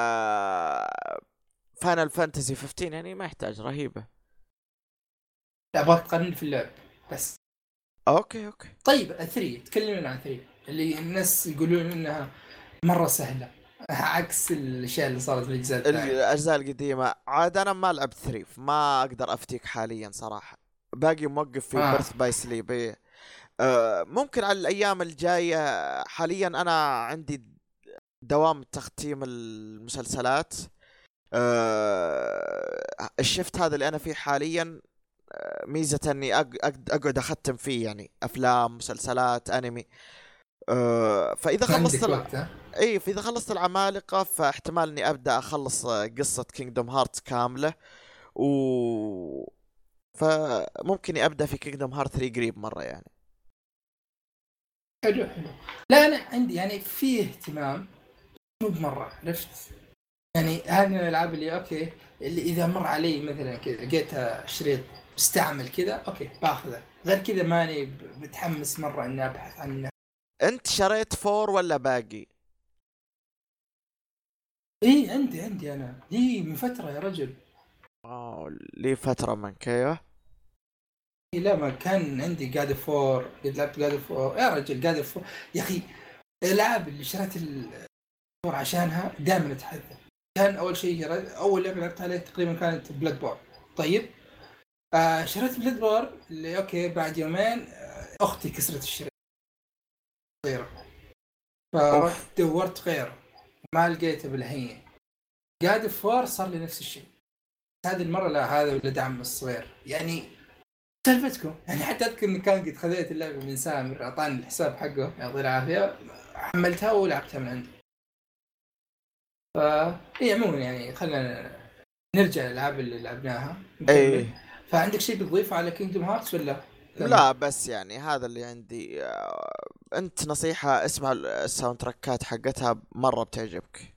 فاينل فانتسي 15 يعني ما يحتاج، رهيبة. لا ابغاك تقارن لي في اللعب بس. اوكي. طيب 3، تكلمنا عن 3 اللي الناس يقولون انها مره سهله عكس الاشياء اللي صارت في الاجزاء الثانيه. الاجزاء القديمة عاد انا ما لعبت 3، ما اقدر افتيك حاليا صراحة، باقي موقف في اه بيرث باي سليب. ممكن على الايام الجاية. حاليا انا عندي دوام تختيم المسلسلات. الشفت هذا اللي انا فيه حاليا ميزة اني اقعد اختم فيه، يعني افلام مسلسلات انمي. فاذا خلصت عندك وقت ها؟ اي فاذا خلصت العمالقة فاحتمال اني ابدا اخلص قصة كينجدوم هارت كاملة. و فممكن ابدا في كينجدوم هارت 3 قريب مرة يعني. حلو حلو. لا انا عندي يعني في اهتمام، مو بمره عرفت يعني. هذه من الالعاب اللي اوكي، اللي اذا مر علي مثلا كذا لقيتها شريط مستعمل كذا اوكي باخذه، غير كذا ماني متحمس مره اني ابحث عنه. انت شريت فور ولا باقي؟ ايه عندي انا دي من فتره يا رجل. لي فترة من كيوه. إيه لا، ما كان عندي جاد فور، قد لعبت جاد فور يا رجل. جاد فور يا اخي، الالعاب اللي شريت الفور عشانها دائما اتحدث. كان اول شيء اول لعبه لعبت عليها تقريبا كانت بلاد بور. طيب شريت بلاد بور اللي اوكي بعد يومين اختي كسرت الشريط غيره، اوف. فرحت دورت غيره ما لقيته بالهين. جاد فور صار لي نفس الشيء هذه المره، لا هذا ولد عم الصغير يعني سالفتكم يعني. حتى اذكر اني كان قد خذيت اللعبه من سامر، اعطاني الحساب حقه يعطيه العافيه، حملتها ولعبتها من عنده. ف اي عموما يعني خلينا نرجع للالعاب اللي لعبناها نكمل. ايه فعندك شيء بتضيفه على كينجدوم هارتس ولا كمل؟ لا بس يعني هذا اللي عندي. انت نصيحة اسمع الساوند تراكات حقتها مرة بتعجبك.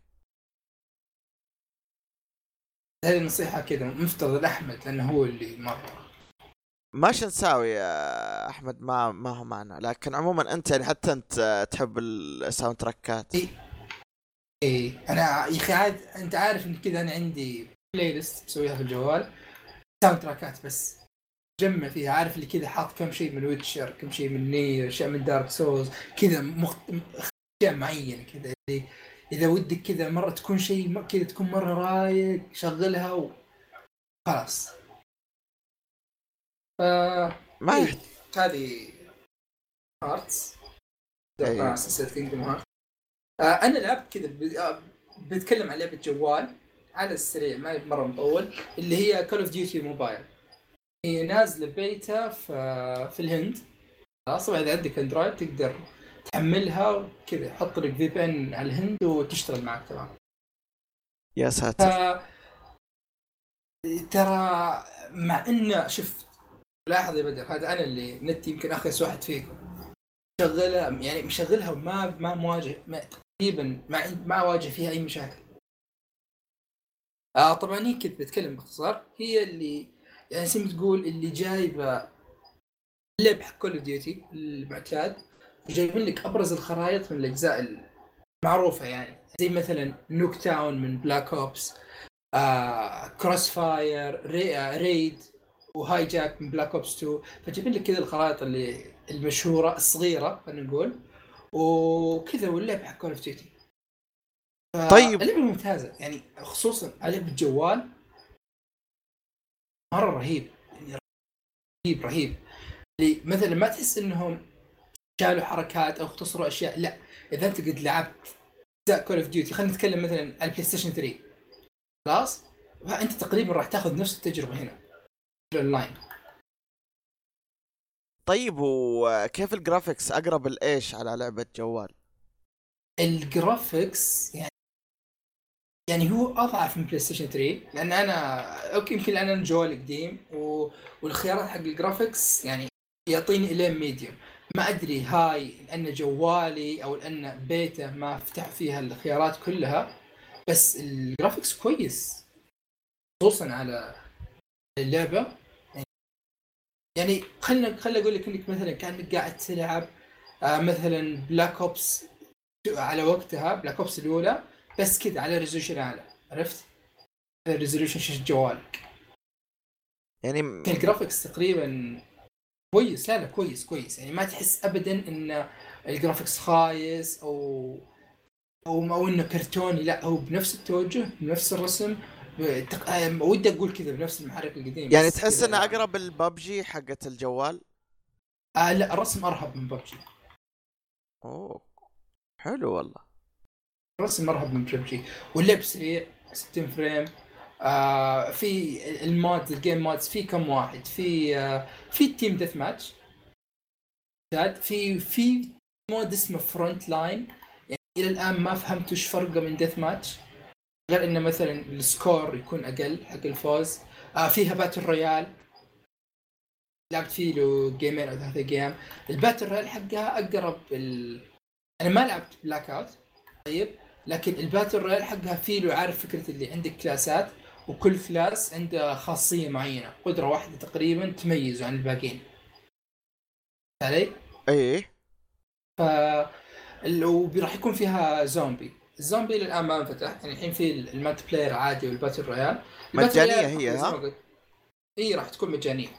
هذه نصيحه كذا مفترض الاحمد لانه هو اللي مره. ماشي نساوي يا احمد، ما هو معنا، لكن عموما انت يعني حتى انت تحب الساوند تراكات. اي اي انا يا اخي عاد انت عارف ان كذا انا عندي بلاي ليست مسويها في الجوال ساوند تراكات بس، جمع فيها عارف اللي كذا حاط كم شيء من ويتشر، كم شيء من نير، اشياء من دارك سولز كذا اشياء معينه كذا اللي اذا ودك كذا مره تكون شيء كذا تكون مره رايق شغلها وخلاص. ف ما ايه يحت... هذه هارتس ايه سلسله كينجدوم هارت. انا لعبت كذا بتكلم عن لعبه جوال على السريع ما هي مره مطول، اللي هي كول اوف ديوتي موبايل. هي نازله بيتا في الهند خلاص اذا عندك اندرويد تقدر تحملها كذا، حط لك في بي ان على الهند وتشتغل معك تمام. يا ساتر. ترى مع انه شوف، لاحظ يا بدر، هذا انا اللي نتي يمكن اخس واحد فيكم شغلها، يعني مشغلها وما مواجه تقريبا ما اواجه فيها اي مشاكل. طبعا هي كنت بتكلم باختصار، هي اللي يعني زي تقول اللي جايبه اللعب حق كول اوف ديوتي المعتاد، وجايبين لك ابرز الخرائط من الاجزاء المعروفه، يعني زي مثلا نوك تاون من بلاك اوبس، كروس فاير، ريد، وهاي جاك من بلاك اوبس 2. فجايبين لك كذا الخرائط اللي المشهوره الصغيره خلينا نقول وكذا، واللعب حق كول اوف ديوتي. طيب اللعبه ممتازه يعني، خصوصا على الجوال مره رهيب يعني، رهيب رهيب. مثلا ما تحس انهم شالوا حركات او اختصروا اشياء، لا. اذا انت قد لعبت كول اوف ديوتي، خلينا نتكلم مثلا على البلاي ستيشن 3 خلاص، فانت تقريبا راح تاخذ نفس التجربه هنا اونلاين. طيب وكيف الجرافيكس اقرب الايش على لعبة جوال؟ الجرافيكس يعني هو اضعف من بلاي ستيشن 3، لان انا اوكي يمكن انا جوالي قديم والخيارات حق الجرافيكس يعني يعطيني الين ميديوم. ما ادري هاي لان جوالي او لان بيته ما فتح فيها الخيارات كلها، بس الجرافيكس كويس خصوصا على اللعبه. يعني خلنا اقول لك انك مثلا كانك قاعد تلعب مثلا بلاك اوبس على وقتها، بلاك اوبس الاولى، بس كذا على ريزولوشن اعلى، عرفت؟ ريزولوشن شاشه جوالك. يعني كان الجرافيكس تقريبا كويس، لا كويس يعني، ما تحس ابدا ان الجرافيكس خايس او انه كرتوني، لا هو بنفس التوجه بنفس الرسم ودي اقول كذا بنفس المحرك القديم، يعني بس تحس كذا انه لا. اقرب البابجي حقت الجوال؟ لا الرسم ارهب من ببجي. اوه حلو والله. الرسم مرهب من ببجي، واللعب سريع 60 فريم. في المود، الجيم مودز في كم واحد، في التيم ديث ماتش، في مود اسمه فرونت لاين. يعني الى الان ما فهمت وش فرقه من ديث ماتش، غير انه مثلا السكور يكون اقل حق الفوز. فيها باتل رويال، لعبت فيه له جيمين او ثلاثة جيم. الباتل رويال حقها اقرب انا ما لعبت بلاك اوت، طيب، لكن الباتل رويال حقها فيه له، عارف فكره اللي عندك كلاسات، وكل كلاس عنده خاصيه معينه، قدره واحده تقريبا تميزه عن الباقيين علي. ايه ف وراح يكون فيها زومبي. الزومبي للان ما انفتح، يعني الحين في المالتي بلاير عادي والباتل رويال. الباتل مجانية رويال هي اوكي زي ما ها؟ قلت، هي راح تكون مجانيه.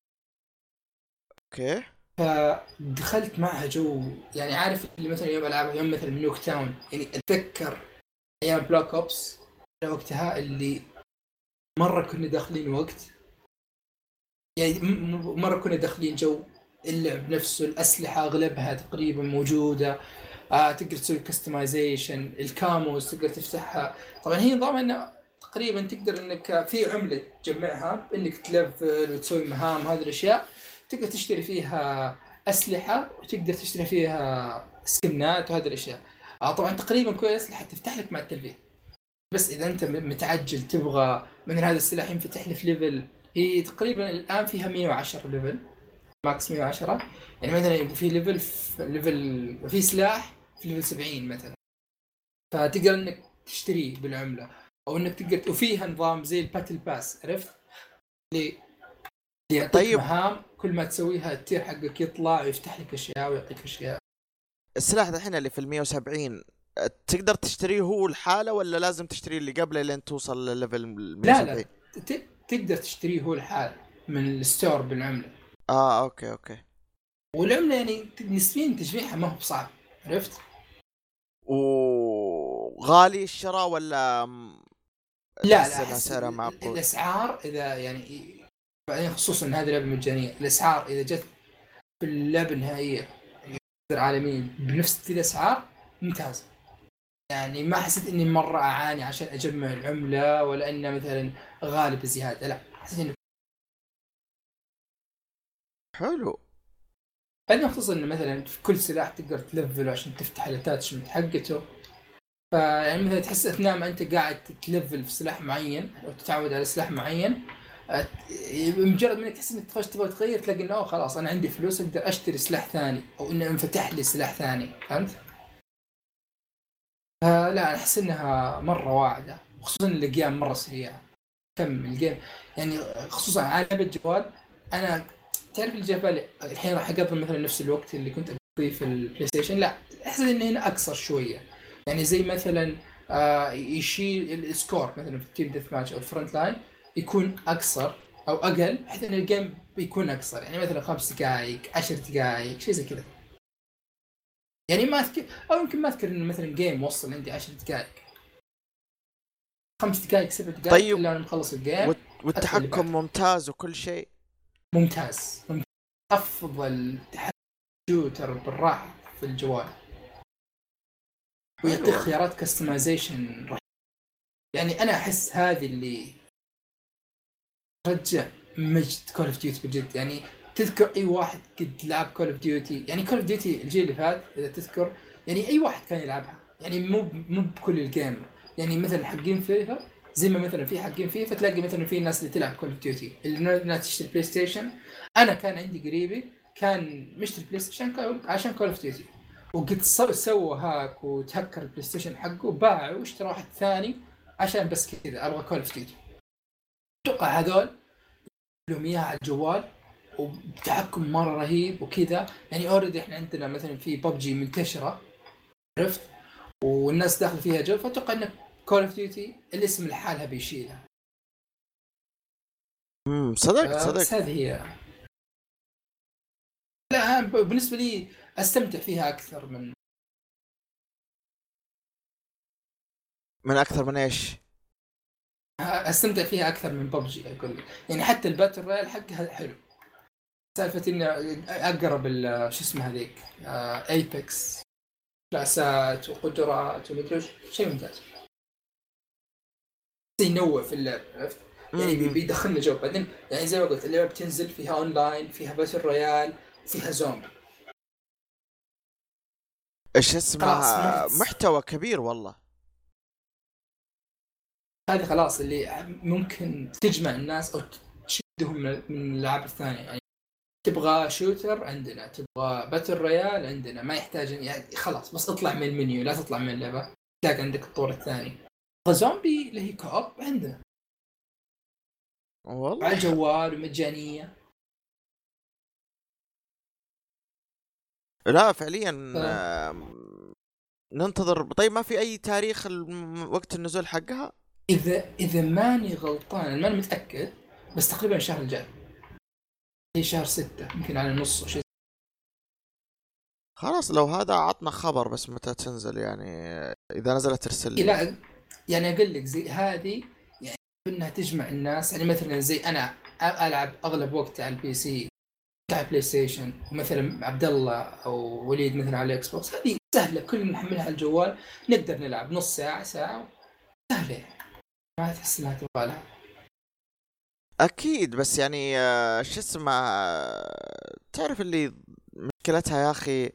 اوكي. فدخلت معها جو، يعني عارف اللي مثلا يوم العبها يوم مثلا نيوك تاون، يعني اتذكر ايام بلاك اوبس وقتها اللي مره كنا داخلين وقت، يعني مره كنا داخلين جو اللعب نفسه، الاسلحه اغلبها تقريبا موجوده. تقدر تسوي كستمايزيشن، الكاموز تقدر تفتحها. طبعا هي نظام انه تقريبا تقدر انك في عمله تجمعها انك تلفل وتسوي مهام، هذه الاشياء تقدر تشتري فيها اسلحه، وتقدر تشتري فيها سكنات وهذه الاشياء. طبعا تقريبا كل الاسلحه تفتح لك مع التلفيل، بس اذا انت متعجل تبغى من هذا السلاح ينفتح لك ليفل، هي تقريبا الان فيها 110 ليفل، ماكس 110. يعني مثلا يبقى في ليفل في سلاح في ليفل 70 مثلا، فتقدر انك تشتريه بالعمله، او انك تقدر، وفيها نظام زي الباتل باس، عرفت؟ اللي اللي يعطيك طيب مهام كل ما تسويها التير حقك يطلع ويفتح لك اشياء ويعطيك اشياء. السلاح الحين اللي في ال170 تقدر تشتريه هو الحالة ولا لازم تشتري اللي قبله لين توصل لليفل لا 170؟ تقدر تشتريه هو الحال من الستور بالعمله. اه اوكي اوكي. والعمله يعني نسبيا تجميعها ما هو بصعب، عرفت؟ وغالي الشراء ولا لا تحس انها احس سعرها معقول؟ الاسعار اذا يعني، بعدين خصوصا ان هذه لعبه مجانيه، الاسعار اذا جت في اللعبه النهائيه العالميه بنفس ذي الاسعار ممتازه. يعني ما حسيت اني مره اعاني عشان اجمع العمله، ولا انه مثلا غالي بزياده، لا حسيت انه حلو. بعدين خصوصا انه مثلا في كل سلاح تقدر تلفله عشان تفتح الاتاتشمنت حقته. فيعني مثلا تحس اثناء ما انت قاعد تلفل في سلاح معين او تتعود على سلاح معين، بمجرد ما تحس انك تبغى تغير تلاقي انه خلاص انا عندي فلوس اقدر اشتري سلاح ثاني او انه انفتح لي سلاح ثاني. فهمت؟ لا احس انها مره واعده، خصوصا الجيم مره سريعه. كم الجيم يعني خصوصا على الجوال. انا تعرف اللي جاء بالي الحين راح اقضي مثلا نفس الوقت اللي كنت اقضيه في البلاي ستيشن، لا احس ان هنا اقصر شويه. يعني زي مثلا يشيل السكور مثلا في التيم ديث ماتش او الفرونت لاين يكون اقصر او اقل، بحيث ان الجيم بيكون اقصر، يعني مثلا 5 دقائق 10 دقائق شيء زي كذا. يعني ما اذكر او يمكن ما اذكر انه مثلا جيم وصل عندي 10 دقائق 5 دقائق 7 دقائق طيب الا انا مخلص الجيم. والتحكم ممتاز وكل شيء. ممتاز. افضل تحكم شوتر بالراحه في الجوال، ويعطيك خيارات كستمايزيشن. يعني انا احس هذه اللي رجع مجد كول اوف ديوتي بجد. يعني تذكر اي واحد قد لعب كول اوف ديوتي، يعني كول اوف ديوتي الجيل اللي فات اذا تذكر يعني اي واحد كان يلعبها، يعني مو بكل الجيم. يعني مثلا حقين فيفا زي ما مثلا في حقين فيفا تلاقي مثلا في ناس اللي تلعب كول اوف ديوتي اللي ناس تشتري بلاي ستيشن. انا كان عندي قريبي كان مشتري بلاي ستيشن عشان كول اوف ديوتي، وقد سوى هاك وتهكر البلاي ستيشن حقه باعه واشترى واحد ثاني عشان بس كذا ابغى كول اوف ديوتي. اتوقع هذول لهم اياها على الجوال وبتحكم مره رهيب وكذا. يعني اوريدي احنا عندنا مثلا في ببجي منتشره، عرفت، والناس داخل فيها جو، فاتوقع ان كول اوف ديوتي الاسم لحالها بيشيلها. صدقت بس هذه هي. لا بالنسبه لي استمتع فيها اكثر من اكثر من ايش؟ استمتع فيها اكثر من ببجي اقول لك. يعني حتى الباتل رويال حقها حلو، سالفه انه اقرب شو اسمه هذيك ايبكس كلاسات وقدرات ومدري شيء ممتاز. ينوع في اللعب، عرفت؟ يعني بيدخلنا جو. بعدين يعني زي ما قلت اللعبه بتنزل فيها اونلاين، فيها باتل رويال، فيها زومبي. ايش اسمها؟ محتوى كبير والله. هذه خلاص اللي ممكن تجمع الناس او تشدهم من الالعاب الثانيه. يعني تبغى شوتر عندنا، تبغى باتل رويال عندنا، ما يحتاج يعني خلاص بس اطلع من المنيو لا تطلع من اللعبه تلاقي عندك الطور الثاني. زومبي اللي هي كوب عندنا والله على الجوال ومجانيه. لا فعليا ننتظر. طيب ما في اي تاريخ وقت النزول حقها؟ اذا ماني غلطان ماني متاكد، بس تقريبا الشهر الجاي، هي شهر 6 يمكن على النص شيء. خلاص لو هذا عطنا خبر بس متى تنزل، يعني اذا نزلت ارسل لي. لا يعني اقول لك زي هذه يعني انها تجمع الناس. يعني مثلا زي انا العب اغلب وقتي على البي سي على بلاي ستيشن، ومثلا عبد الله او وليد مثلا على الاكس بوكس، هذه سهله كلنا نحملها على الجوال نقدر نلعب نص ساعه ساعه سهله، ما تحس انها تبغى لها. اكيد بس يعني شو اسمه، تعرف اللي مشكلتها يا اخي،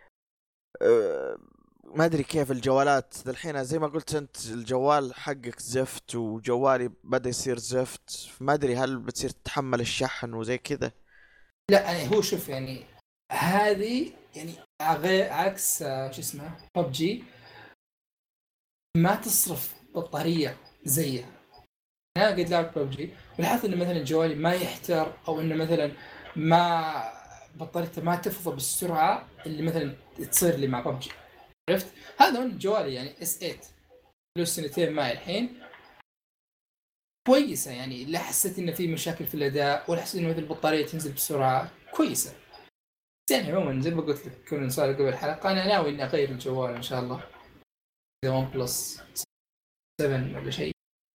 ما ادري كيف الجوالات الحين زي ما قلت انت الجوال حقك زفت وجوالي بدا يصير زفت، ما ادري هل بتصير تتحمل الشحن وزي كذا. لا يعني هو شوف يعني هذه يعني غير عكس شو اسمه ببجي ما تصرف بطاريه زيها. انا قد لعبت ببجي ولاحظت انه مثلا جوالي ما يحتر، او انه مثلا ما بطاريته ما تفضى بالسرعه اللي مثلا تصير لي مع ببجي، عرفت؟ هذا من جوالي يعني اس 8 له سنتين معي الحين كويسه. يعني لا حسيت انه في مشاكل في الاداء ولا حسيت انه مثل البطاريه تنزل بسرعه كويسه. يعني عموما زي ما قلت لك كنا نسولف قبل الحلقه انا ناوي اني اغير الجوال ان شاء الله اذا ون بلس 7 ولا شيء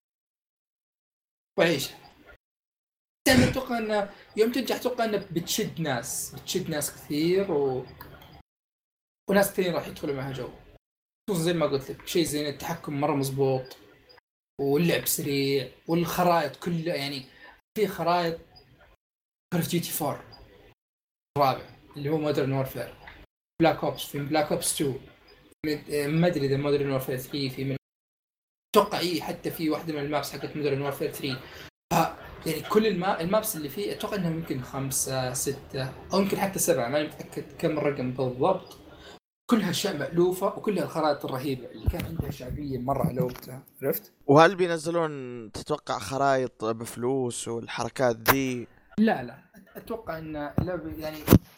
وعيش. يعني اتوقع ان يوم تنجح اتوقع انه بتشد ناس كثير وناس كثير راح يدخلوا معها جو، خصوصا زي ما قلت لك شيء زي التحكم مره مزبوط واللعب سريع والخرائط كلها. يعني في خرائط كول اوف ديوتي 4 الرابع اللي هو مودرن وورفير، بلاك اوبس، في بلاك اوبس 2، ما ادري اذا مودرن وورفير 3 في من اتوقع حتى في واحده من المابس حقت مودرن وورفير 3. يعني كل المابس اللي فيه اتوقع انها يمكن 5 6 او يمكن حتى 7، ماني متاكد كم الرقم بالضبط. كلها اشياء مألوفه وكلها الخرائط الرهيبه اللي كان عندها شعبيه مره على وقتها، عرفت؟ وهل بينزلون تتوقع خرايط بفلوس والحركات ذي؟ لا اتوقع ان يعني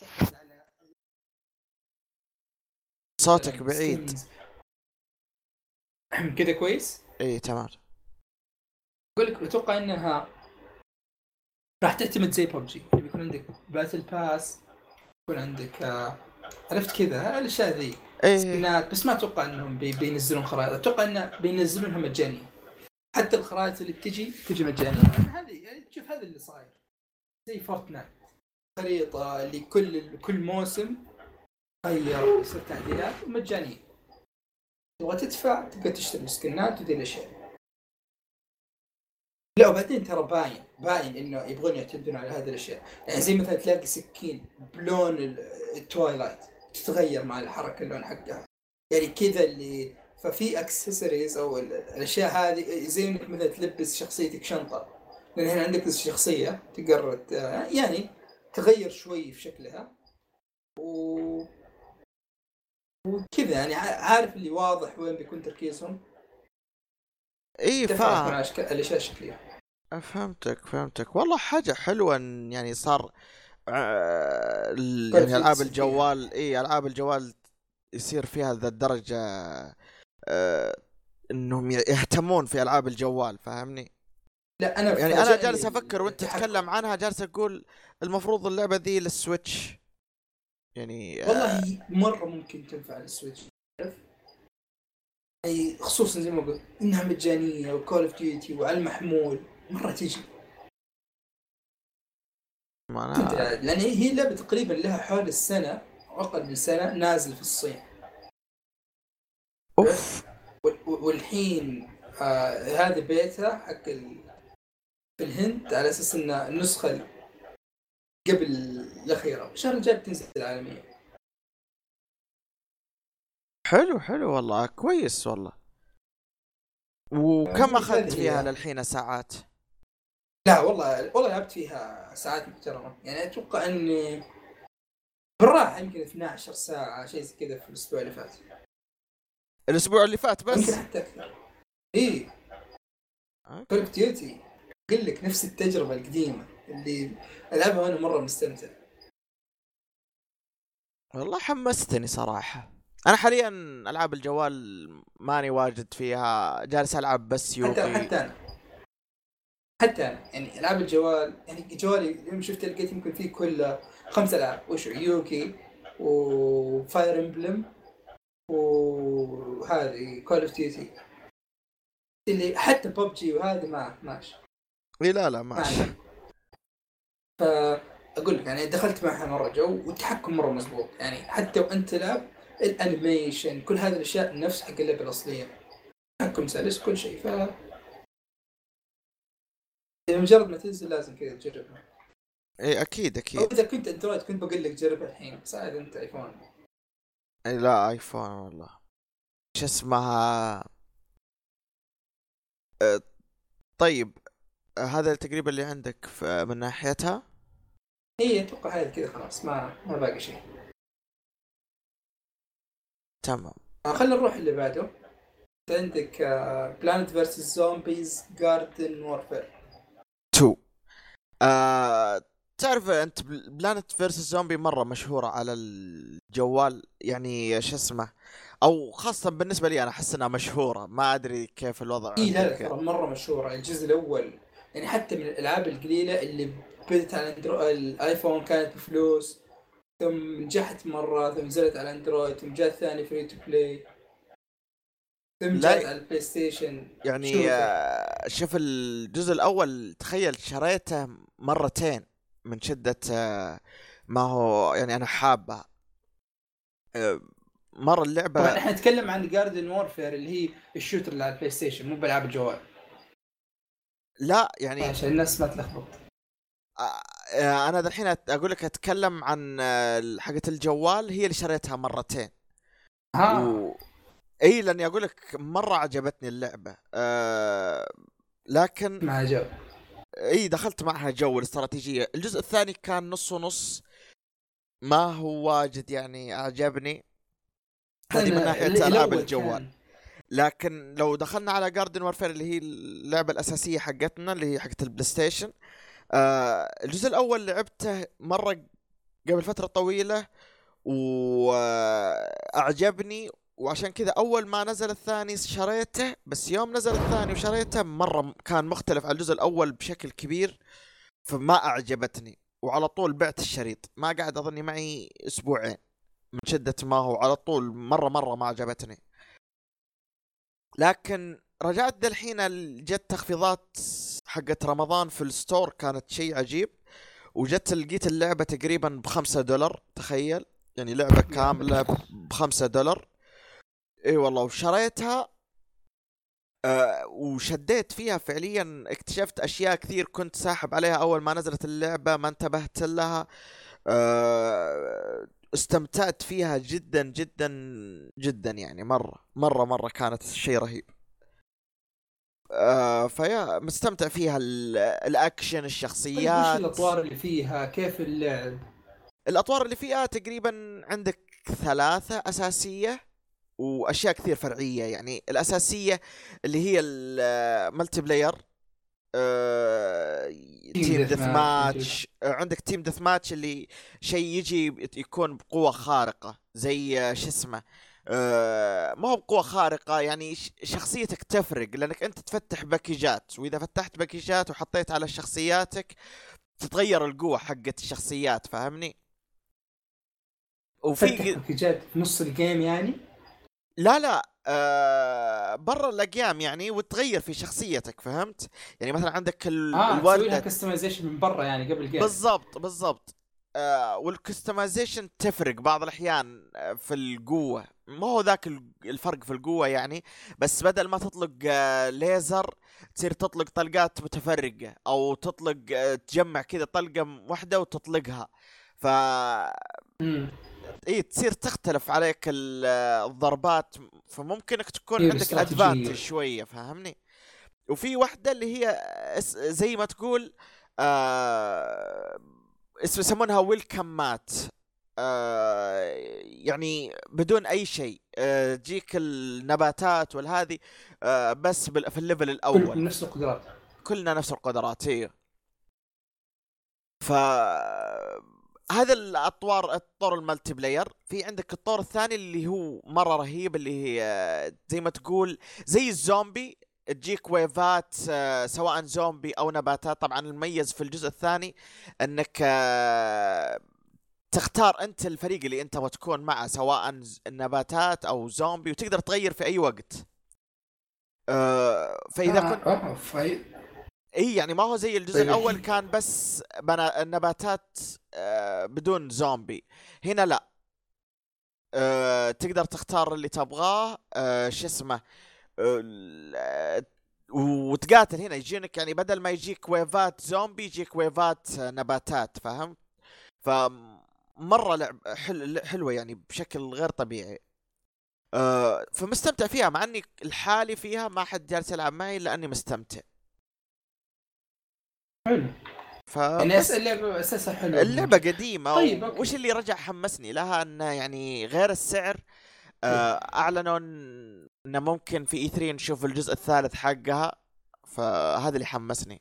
صوتك بعيد. كذا كويس. ايه تمام. اقول لك اتوقع انها راح تعتمد زي ببجي، يعني بيكون عندك باتل باس، يكون عندك عرفت كذا الاشياء ذي سكنات. بس ما اتوقع انهم بينزلون خرائط، اتوقع انه بينزلونها مجانية. حتى الخرائط اللي بتجي مجانية. هذه يعني تشوف هذا اللي صاير زي فورتنايت، خريطة اللي كل موسم غير يصير تعديلات مجانية، تبغى تدفع تبغى تشتري سكنات وذي الاشياء. لا وبعدين ترى باين انه يبغون يعتمدون على هذه الاشياء. يعني زي مثلا تلاقي سكين بلون التوايلايت تتغير مع الحركه اللون حقها، يعني كذا اللي ففي اكسسوارز او الاشياء هذه زي انك مثلا تلبس شخصيتك شنطه، لان هنا عندك الشخصيه تقدر يعني تغير شوي في شكلها وكذا، يعني عارف اللي واضح وين بيكون تركيزهم. ايه فاهم الاشياء الشكليه. فهمتك والله. حاجة حلوة ان يعني صار يعني العاب الجوال العاب الجوال يصير فيها ذا الدرجة انهم يهتمون في العاب الجوال، فاهمني؟ لا انا جالس افكر وانت تتكلم عنها، جالس اقول المفروض اللعبة ذي للسويتش يعني. والله مرة ممكن تنفع للسويتش، اي خصوصا زي ما قلت انها مجانية وكول اوف ديوتي وعلى المحمول مرة تجي. لان هي لعبة تقريبا لها حول السنة او اقل من سنة نازل في الصين. اوف. والحين هذا بيتها حق في الهند على اساس ان النسخة قبل الاخيرة الشهر الجاي بتنزل العالمية. حلو والله، كويس والله. وكم اخذت فيها للحين ساعات؟ لا والله لعبت فيها ساعات محترمة، يعني اتوقع اني بالراحة يمكن 12 ساعة شيء زي كذا في الاسبوع اللي فات. الاسبوع اللي فات بس؟ يمكن حتى اكثر. ايه كول اوف ديوتي اقول لك نفس التجربة القديمة اللي العبها وانا مرة مستمتع. والله حمستني صراحة. انا حاليا العاب الجوال ماني واجد فيها، جالس العب بس يوغي. حتى أنا يعني العاب الجوال، يعني جوالي يوم شفت لقيت يمكن فيه كل 5 العاب، وش يوغي وفاير امبلم وهذه كول اوف ديوتي، اللي حتى ببجي وهذه ما ماشي. اي لا ماشي. فاقول لك يعني دخلت معها مره جو والتحكم مره مزبوط، يعني حتى وانت تلعب الانيميشن كل هذه الاشياء نفس حق اللعبه الاصليه، تحكم سلس كل شيء. ف مجرد ما تنزل لازم كذا تجربها. اي اكيد او اذا كنت اندرويد كنت بقول لك جربها الحين، بس عاد انت ايفون. اي لا ايفون والله. ايش اسمها طيب هذا تقريبا اللي عندك من ناحيتها؟ هي اتوقع هذا كذا خلاص، ما باقي شيء. تمام. خلينا نروح اللي بعده. عندك بلانت فيرسس زومبيز جاردن وورفير 2. تعرف انت بلانت فيرسس زومبي مرة مشهورة على الجوال، يعني شو اسمه، او خاصة بالنسبة لي انا احس انها مشهورة، ما ادري كيف الوضع. لا ترى مرة مشهورة الجزء الاول، يعني حتى من الالعاب القليلة اللي بدت على الايفون كانت بفلوس، ثم نجحت مرة، ثم نزلت على اندرويد، ثم جاء الثاني فري تو بلاي، ثم جاءت على البلاي ستيشن. يعني شوف الجزء الاول تخيل شريته مرتين من شدة ما هو يعني انا حابه مرة اللعبة. طبعا احنا نتكلم عن جاردن وورفير اللي هي الشوتر اللي على البلاي ستيشن، مو بلعب الجوال. لا يعني عشان الناس ما تلخبط. انا الحين اقول لك اتكلم عن حقة الجوال، هي اللي شريتها مرتين. ها اي لاني اقول لك مره عجبتني اللعبه. لكن ما عجب. اي دخلت معها جو الاستراتيجيه. الجزء الثاني كان نص ونص، ما هو واجد يعني اعجبني. هذه من ناحيه العاب الأول الجوال. كان لكن لو دخلنا على جاردن وارفير اللي هي اللعبه الاساسيه حقتنا اللي هي حقت البلاي ستيشن، الجزء الاول لعبته مره قبل فتره طويله واعجبني، وعشان كذا اول ما نزل الثاني شريته. بس يوم نزل الثاني وشريته مره كان مختلف عن الجزء الاول بشكل كبير، فما اعجبتني وعلى طول بعت الشريط. ما قاعد اظني معي اسبوعين من شدة ما هو على طول مرة ما عجبتني. لكن رجعت دالحين جت تخفيضات حقت رمضان في الستور، كانت شيء عجيب. وجت لقيت اللعبة تقريبا $5، تخيل يعني لعبة كاملة $5. اي والله وشريتها. وشديت فيها فعليا، اكتشفت اشياء كثير كنت ساحب عليها اول ما نزلت اللعبة ما انتبهت لها. استمتعت فيها جدا جدا جدا، يعني مرة كانت شيء رهيب. فيا مستمتع فيها، الاكشن، طيب وش الشخصيات. الأطوار اللي فيها؟ كيف اللعب؟ الاطوار اللي فيها تقريبا عندك 3 اساسية واشياء كثير فرعية. يعني الاساسية اللي هي الملتي بلاير، تيم ديث ديث ماتش. ماتش. عندك تيم ديث ماتش اللي شيء يجي يكون بقوة خارقة زي شو اسمه. ما هو بقوة خارقة يعني شخصيتك تفرق، لأنك أنت تفتح باكيجات، وإذا فتحت باكيجات وحطيت على شخصياتك تتغير القوة حقت الشخصيات، فاهمني؟ فتح وفي باكجات في نص الجيم يعني؟ لا برا الاقيام يعني، وتغير في شخصيتك، فهمت؟ يعني مثلا عندك تسوي لها الوردة. كستمايزيشن من برا يعني قبل الجيم. بالضبط. والكستمايزيشن تفرق بعض الاحيان في القوة. ما هو ذاك الفرق في القوة يعني، بس بدل ما تطلق ليزر تصير تطلق طلقات متفرقة، او تطلق تجمع كذا طلقة واحدة وتطلقها. ف امم اي تصير تختلف عليك الضربات، فممكنك تكون ايوه عندك الادفانتج الاستراتيجيه. شويه، فاهمني؟ وفي واحده اللي هي زي ما تقول يسمونها ويلكمات. يعني بدون اي شيء تجيك النباتات والهذه، بس في الليفل كلكم الاول. نفس القدرات. كلنا نفس القدرات هي. ف هذا الطور الملتي بلاير. في عندك الطور الثاني اللي هو مرة رهيب، اللي هي زي ما تقول زي الزومبي. تجيك ويفات سواء زومبي او نباتات. طبعا المميز في الجزء الثاني انك تختار انت الفريق اللي انت تكون معه، سواء نباتات او زومبي، وتقدر تغير في اي وقت. فاذا كنت اي يعني ما هو زي الجزء طيب الاول كان بس النباتات بدون زومبي. هنا لا، تقدر تختار اللي تبغاه، شو اسمه. وتقاتل هنا يجينك، يعني بدل ما يجيك ويفات زومبي يجيك ويفات نباتات، فاهم؟ فمرة لعب حلوة يعني بشكل غير طبيعي. فمستمتع فيها، مع اني الحالي فيها ما حد جالس يلعب معي لاني مستمتع. حلو. يعني فبس اللعبه اساسها حلو من اللعبة جد. قديمة، طيب وش اوكي. اللي رجع حمسني لها انه يعني غير السعر. اعلنوا انه ممكن في E3 نشوف الجزء الثالث حقها، فهذا اللي حمسني.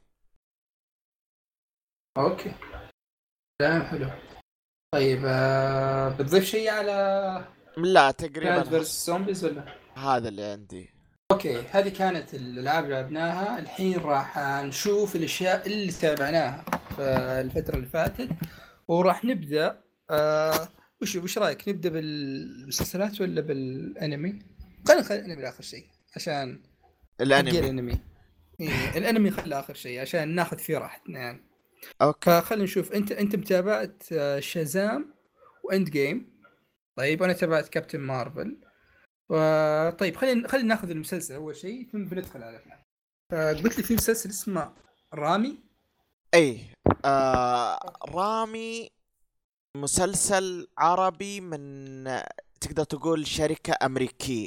اوكي كلام حلو. طيب بتضيف شيء على لا بلانت تقريبا فيرس زومبيز ولا؟ هذا اللي عندي. اوكي هذه كانت الالعاب اللي لعبناها. الحين راح نشوف الاشياء اللي تابعناها في الفتره اللي فاتت، وراح نبدا وش رايك نبدا بالمسلسلات ولا بالانمي؟ خلينا نخلي الانمي اخر شيء عشان حقين الانمي. الانمي. إيه الانمي خليه اخر شيء عشان ناخذ فيه راحتنا يعني. اوكي. فخلينا نشوف انت متابعت شازام واند جيم. طيب انا تابعت كابتن مارفل. طيب خلينا ناخذ المسلسل اول شيء ثم بندخل على الافلام. فقلت لي في مسلسل اسمه رامي. اي رامي مسلسل عربي من تقدر تقول شركة أمريكية.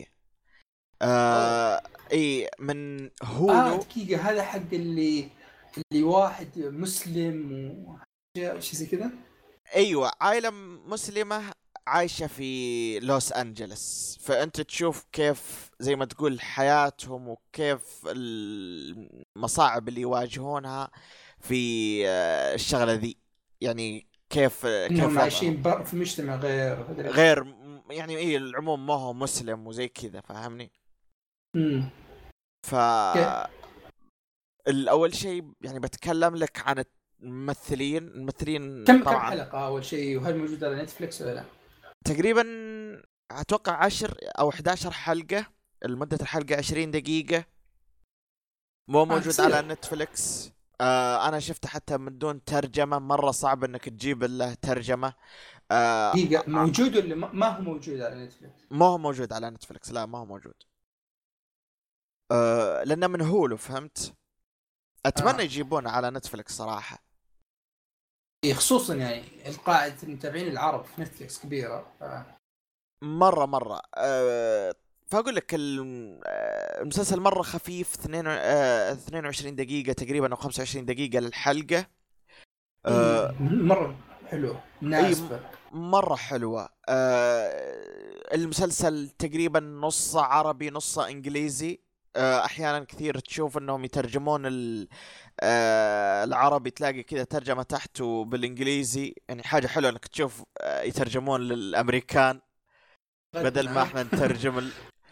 اي من هولو. دقيقة، هذا حق اللي واحد مسلم شيء زي كذا. ايوه، عائلة مسلمة عايشة في لوس أنجلس، فأنت تشوف كيف زي ما تقول حياتهم وكيف المصاعب اللي يواجهونها في الشغلة ذي. يعني كيف انهم عايشين في مجتمع غير يعني ايه العموم ما هو مسلم وزي كذا، فاهمني؟ ف الأول شيء يعني بتكلم لك عن الممثلين كم حلقة أول شيء، وهل موجود على نتفليكس ولا لا؟ تقريبا أتوقع 10 أو 11 حلقة، المدة الحلقة 20 دقيقة، مو موجود على نتفليكس. أنا شفته حتى من دون ترجمة، مرة صعب إنك تجيب له ترجمة. دقيقة، موجود ولا ما هو موجود على نتفليكس؟ ما هو موجود على نتفليكس، لا ما هو موجود. لأنه من هولو، فهمت؟ أتمنى يجيبونه على نتفليكس صراحة، خصوصا يعني القاعدة المتابعين العرب في نتفليكس كبيرة. مرة فأقول لك المسلسل مرة خفيف، 22 دقيقة تقريبا أو 25 دقيقة للحلقة. مرة حلو، مناسبة، مرة حلوة. المسلسل تقريبا نص عربي نص إنجليزي. أحيانا كثير تشوف أنهم يترجمون العربي، تلاقي كذا ترجمة تحته بالإنجليزي، يعني حاجة حلوة أنك تشوف يترجمون للأمريكان بدل ما احنا نترجم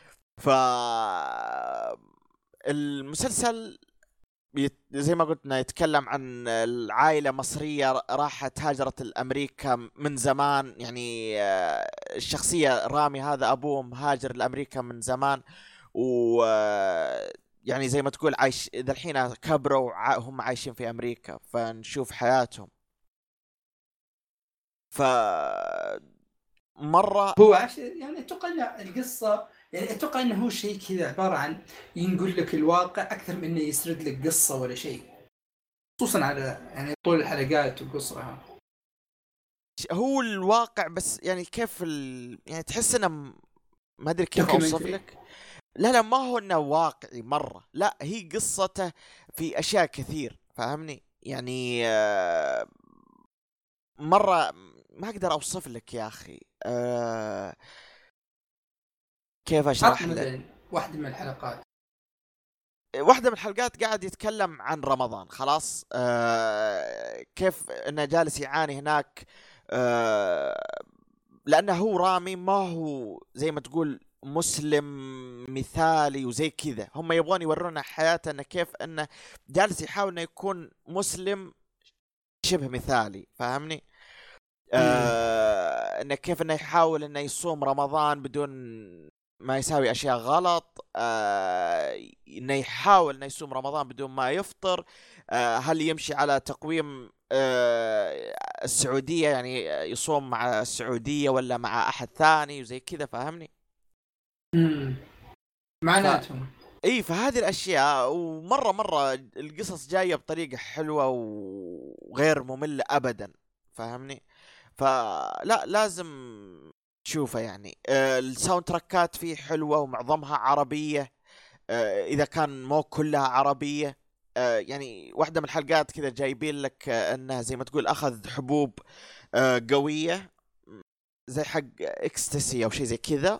المسلسل زي ما قلتنا يتكلم عن العائلة مصرية راحت هاجرت الأمريكا من زمان. يعني الشخصية رامي هذا أبوه مهاجر لأمريكا من زمان، و يعني زي ما تقول عايش إذا الحين كبروا هم عايشين في أمريكا، فنشوف حياتهم. مرة هو يعني أتوقع أن القصة، يعني أتوقع أنه هو شيء كذا عبارة عن ينقل لك الواقع أكثر من أنه يسرد لك قصة ولا شيء، خصوصا على يعني طول الحلقات وقصرها. هو الواقع، بس يعني كيف يعني تحس انه ما ادري كيف اوصف لك. لا ما هو انه واقعي مرة، لا هي قصته في اشياء كثير، فاهمني؟ يعني مرة ما اقدر اوصف لك يا اخي. كيف اشرح لك؟ واحدة من الحلقات قاعد يتكلم عن رمضان، خلاص. كيف انه جالس يعاني هناك. لانه هو رامي ما هو زي ما تقول مسلم مثالي وزي كذا، هم يبغون يورونا حياته انه كيف انه جالس يحاول انه يكون مسلم شبه مثالي، فاهمني؟ انه كيف انه يحاول انه يصوم رمضان بدون ما يساوي اشياء غلط. انه يحاول انه يصوم رمضان بدون ما يفطر. هل يمشي على تقويم السعودية، يعني يصوم مع السعودية ولا مع احد ثاني وزي كذا، فاهمني؟ معناتهم اي، فهذه الاشياء. ومرة القصص جاية بطريقة حلوة وغير مملة ابدا، فاهمني؟ فلا لازم تشوفه يعني. الساوند تراكات فيه حلوة ومعظمها عربية، إذا كان مو كلها عربية. يعني واحدة من الحلقات كذا جايبين لك أنها زي ما تقول أخذ حبوب قوية زي حق إكستسي أو شيء زي كذا،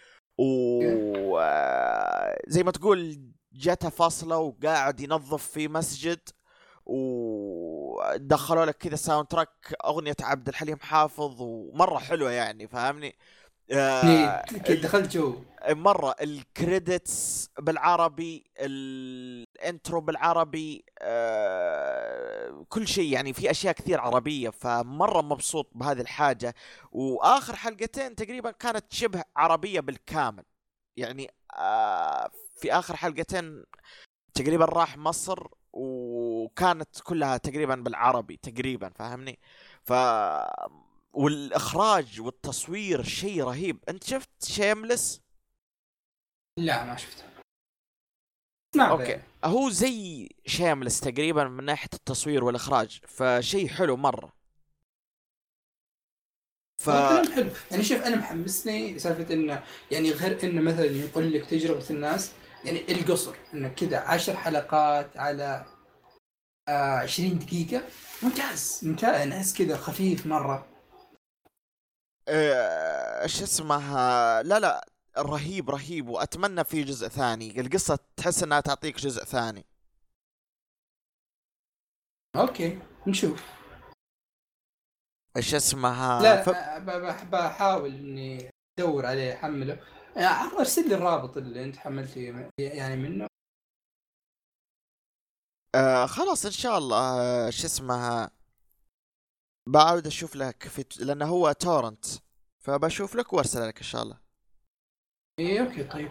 وزي ما تقول جاته فاصلة وقاعد ينظف في مسجد، ودخلوا لك كذا ساوند تراك أغنية عبد الحليم حافظ، ومرة حلوة يعني، فاهمني؟ دخلت جو مرة. الكريدتس بالعربي، الانترو بالعربي، كل شيء يعني في أشياء كثير عربية، فمرة مبسوط بهذه الحاجة. وآخر حلقتين تقريبا كانت شبه عربية بالكامل، يعني في آخر حلقتين تقريبا راح مصر وكانت كلها تقريبا بالعربي تقريبا، فاهمني؟ والإخراج والتصوير شيء رهيب. أنت شفت شيملس؟ لا ما شفته. هو زي شاملس تقريبا من ناحية التصوير والإخراج، فشيء حلو مرة. ف كلام حلو يعني. شوف انا محمسني سالفه انه يعني غير انه مثلا يقول لك تجربه الناس، يعني القصر انه كذا 10 حلقات على 20 دقيقه، ممتاز ممتاز. انا احس كذا خفيف مره. ايش اسمها، لا لا، رهيب رهيب، واتمنى في جزء ثاني. القصة تحس انها تعطيك جزء ثاني. اوكي نشوف. ايش اسمها لا بحاول اني ادور عليه احمله. يعني ارسل لي الرابط اللي انت حملتي يعني منه. خلاص ان شاء الله. ايش اسمها، بعد اشوف لك لانه هو تورنت، فبشوف لك وارسل لك ان شاء الله. ايه اوكي طيب.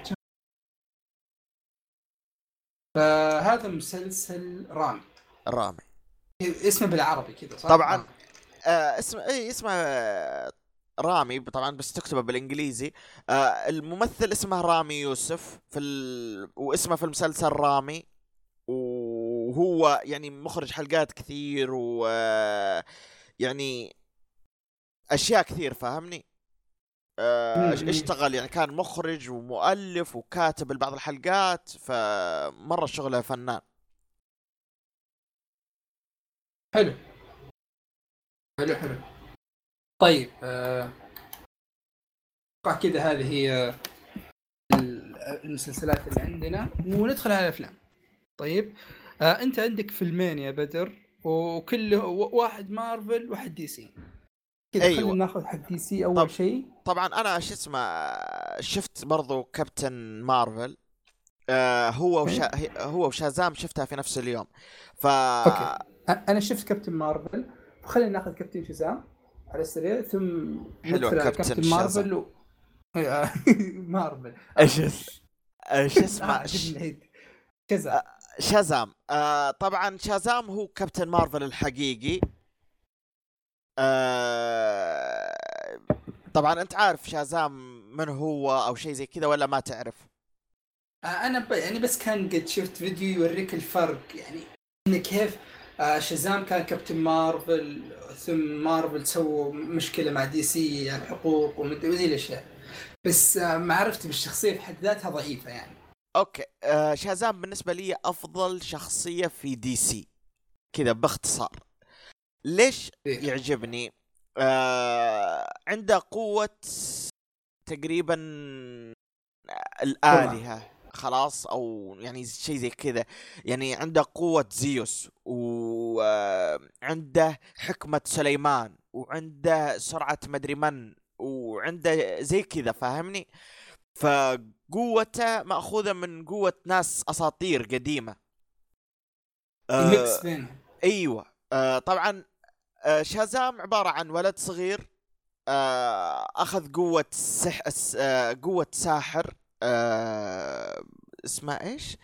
فهذا مسلسل رامي. رامي اسمه بالعربي كذا صح؟ طبعا. رامي. اسمه رامي طبعا، بس تكتبه بالانجليزي. الممثل اسمه رامي يوسف واسمه في المسلسل رامي. وهو يعني مخرج حلقات كثير، و يعني اشياء كثير، فاهمني. أمم. اشتغل يعني، كان مخرج ومؤلف وكاتب لبعض الحلقات، فمرة شغله فنان. حلو حلو حلو. طيب اتوقع كذا هذه هي المسلسلات اللي عندنا، وندخل على الافلام. طيب انت عندك فيلمين يا بدر، وكل واحد مارفل واحد دي سي. كذا خلينا ايوه ناخذ حق دي سي اول طب شيء. طبعا انا شو اسمه، شفت برضو كابتن مارفل. إيه؟ هو وشازام شفتها في نفس اليوم. ف اوكي انا شفت كابتن مارفل، وخلينا ناخذ كابتن شزام على السريع، ثم حلوة ندخل على كابتن كابتن شازام. مارفل مارفل ايش ايش لا اسمه عجبني كذا. شازام. طبعا شازام هو كابتن مارفل الحقيقي. آه طبعا انت عارف شازام من هو او شيء زي كذا، ولا ما تعرف؟ انا يعني بس كان قد شفت فيديو يوريك الفرق، يعني ان كيف شازام كان كابتن مارفل، ثم مارفل سووا مشكله مع دي سي يعني حقوق وذي الاشياء. بس معرفتي بالشخصيه في حد ذاتها ضعيفه يعني. اوكي. شازام بالنسبة لي افضل شخصية في دي سي، كذا باختصار. ليش إيه. يعجبني؟ عنده قوة تقريبا سرعه. الآلهة، خلاص، او يعني شيء زي كذا. يعني عنده قوة زيوس، وعنده حكمة سليمان، وعنده سرعة مدري من، وعنده زي كذا، فاهمني. فقوته مأخوذة من قوة ناس أساطير قديمة. ميكس آه بينهم. ايوه. طبعا شازام عبارة عن ولد صغير، اخذ قوة قوة ساحر. اسمه ايش؟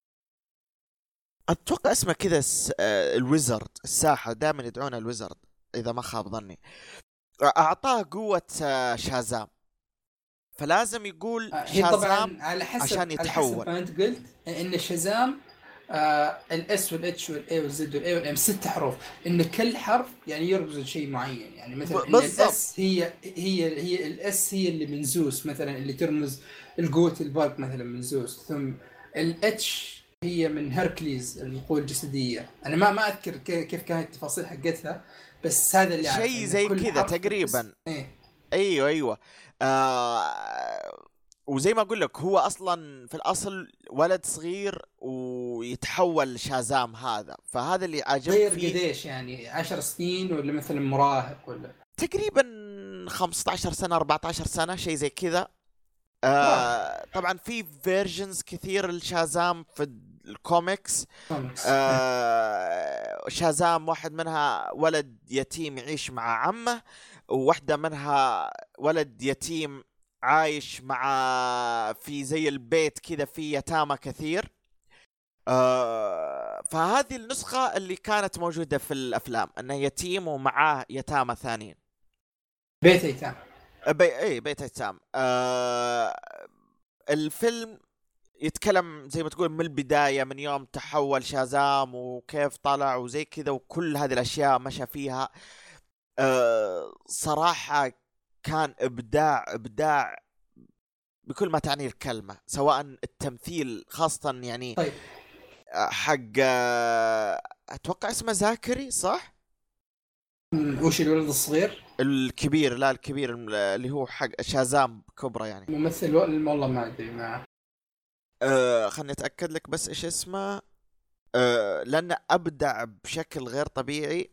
اتوقع اسمه كذا، الويزرد، الساحر دائما يدعونه الويزرد اذا ما خاب ظني. اعطاه قوة شازام، فلازم يقول هي شازام طبعا على حسب عشان يتحول. ما انت قلت ان شازام الاس والاتش والاي والزد والاي والام 6 حروف، ان كل حرف يعني يرمز لشيء معين. يعني مثلا ان بالضبط. الاس هي الاس هي اللي من زوس مثلا، اللي ترمز القوة البرق مثلا من زوس. ثم الاتش هي من هركليز القوة الجسدية. انا ما اذكر كيف كانت التفاصيل حقتها، بس هذا اللي اعرفه شيء ان زي كل كذا حرف بالاسم. تقريبا. ايه. ايوه ايوه. وزي ما اقول لك، هو اصلا في الاصل ولد صغير ويتحول شازام هذا، فهذا اللي عاجبني غير فيه. قديش يعني 10 سنين ولا مثلا مراهق ولا؟ تقريبا 15 سنة 14 سنة شيء زي كذا. اه طبعا في فيرجنز كثير لشازام في الكوميكس. كوميكس. شازام واحد منها ولد يتيم يعيش مع عمه، وواحدة منها ولد يتيم عايش مع في زي البيت كذا في يتامى كثير. فهذه النسخة اللي كانت موجودة في الأفلام، أنه يتيم ومعاه يتامى ثانيين. بيت ايتام. اي بيت يتام. الفيلم يتكلم زي ما تقول من البداية، من يوم تحول شازام وكيف طلع وزي كذا، وكل هذه الأشياء مشى فيها. صراحة كان إبداع بكل ما تعني الكلمة، سواء التمثيل خاصة يعني طيب حق أتوقع اسمه زاكري صح؟ وش الولد الصغير؟ الكبير، لا الكبير اللي هو حق شازام كبرى يعني. ممثل والله ما أدري معه. خلني أتأكد لك بس إيش اسمه. لأنه أبدع بشكل غير طبيعي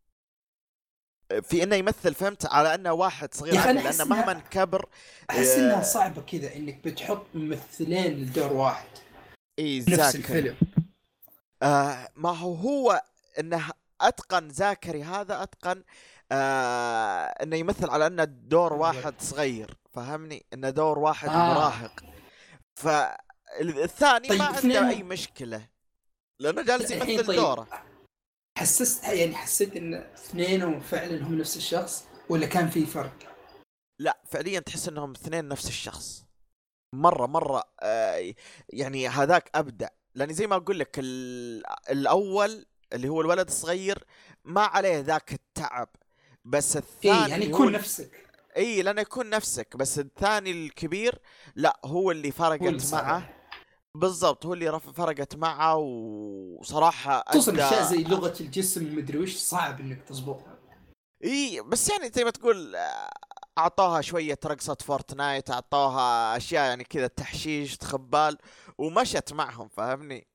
في إنه يمثل، فهمت، على أنه واحد صغير عادي، لأنه مهما كبر. أحس إنها صعبة كذا إنك بتحط ممثلين لدور واحد نفس الفيلم. ما هو إنه أتقن زاكري هذا، أتقن إنه يمثل على أنه دور واحد صغير، فهمني، إنه دور واحد مراهق. فالثاني طيب ما عنده أي مشكلة لأنه جالس يمثل دوره. حسيت إن اثنينهم فعلا هم نفس الشخص ولا كان في فرق؟ لا فعليا تحس إنهم اثنين نفس الشخص مرة يعني هذاك أبدع، لأني زي ما أقول لك الأول اللي هو الولد الصغير ما عليه ذاك التعب، بس الثاني يعني يكون نفسك. لأنه يكون نفسك، بس الثاني الكبير لا هو اللي فرقت معه. بالضبط، هو اللي فرقت معه، وصراحة توصل أشياء زي لغة الجسم مدري وش صعب إنك تضبطها. بس يعني زي ما تقول أعطوها شوية رقصة فورتنايت، أعطوها أشياء يعني كذا تحشيش تخبال ومشت معهم، فاهمني.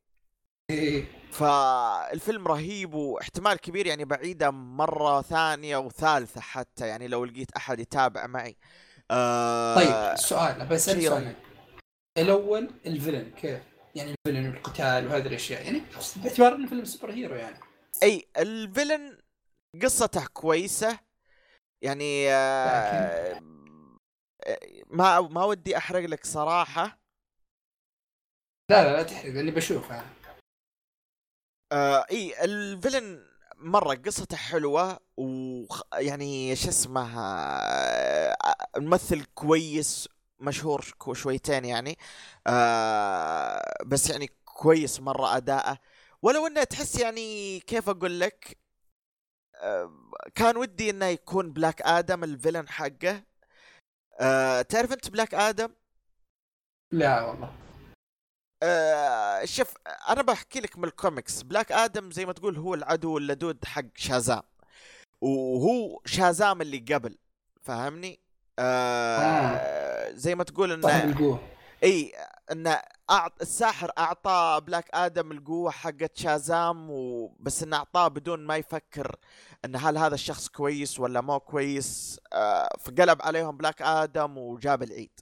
فالفيلم رهيب، واحتمال كبير يعني بعيدة مرة ثانية وثالثة حتى، يعني لو لقيت أحد يتابع معي. طيب السؤال بس سؤال الأول، الفيلن كيف يعني؟ الفيلن والقتال وهذه الأشياء يعني باعتبار إنه فيلم سوبر هيرو يعني. أي الفيلن قصته كويسة يعني. ما ودي أحرق لك صراحة. لا تحرق لاني بشوفها. اي الفيلن مرة قصته حلوة، ويعني شو اسمه، الممثل كويس مشهور شويتين يعني. بس يعني كويس مرة أداءه، ولو انه تحس يعني كيف اقول لك، كان ودي انه يكون بلاك آدم الفيلن حقه. تعرف انت بلاك آدم؟ لا والله. شوف انا بحكي لك من الكوميكس. بلاك آدم زي ما تقول هو العدو اللدود حق شازام، وهو شازام اللي قبل، فاهمني. زي ما تقول انه اي انه الساحر اعطى بلاك آدم القوة حقت شازام، بس انه اعطاه بدون ما يفكر ان هل هذا الشخص كويس ولا مو كويس. فقلب عليهم بلاك آدم وجاب العيد.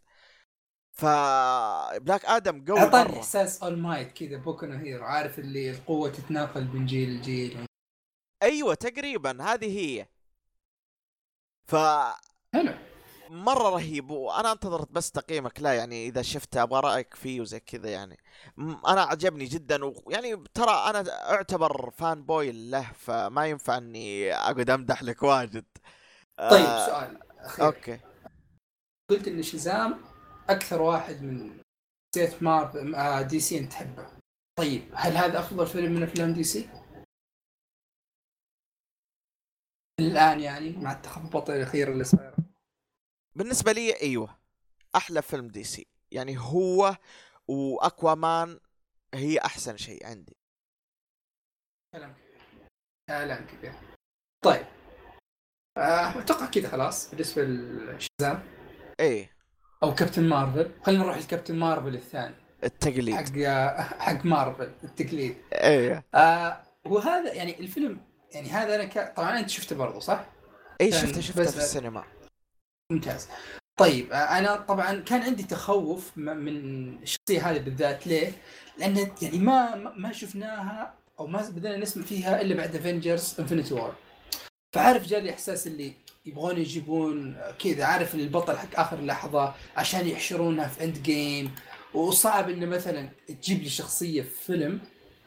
فبلاك آدم قوي مرة، اعطاني احساس اول مايت كذا، بوكو هيرو، عارف اللي القوة تتناقل من جيل لجيل. ايوه تقريبا هذه هي. ف حلو مرة رهيب، وانا انتظرت بس تقييمك. لا يعني اذا شفته ابغى رايك فيه وزي كذا يعني. انا عجبني جدا، ويعني ترى انا اعتبر فان بوي له، فما ينفع اني اقعد امدح لك واجد. طيب سؤال اخير. اوكي. قلت ان شازام اكثر واحد من شخصيات مارفل دي سي انت تحبه. طيب هل هذا افضل فيلم من افلام دي سي الان يعني مع التخبط الاخير اللي صاير؟ بالنسبة لي ايوه، احلى فيلم دي سي يعني هو واكوامان، هي احسن شيء عندي. كلام كبير. طيب اتوقع كذا خلاص بالنسبه للشازام. ايه او كابتن مارفل. خلينا نروح لكابتن مارفل الثاني، التقليد حق مارفل التقليد. ايه وهذا يعني الفيلم يعني هذا انا طبعا انت شفته برضو صح؟ ايه شفته في السينما. ممتاز. طيب انا طبعا كان عندي تخوف من الشخصيه هذه بالذات. ليه؟ لان يعني ما شفناها او ما بدنا نسمع فيها الا بعد افنجرز انفينيتي وور. فعارف جالي احساس اللي يبغون يجيبون كذا، عارف البطل حق اخر لحظه عشان يحشرونها في اند جيم. وصعب انه مثلا تجيب لي شخصيه في فيلم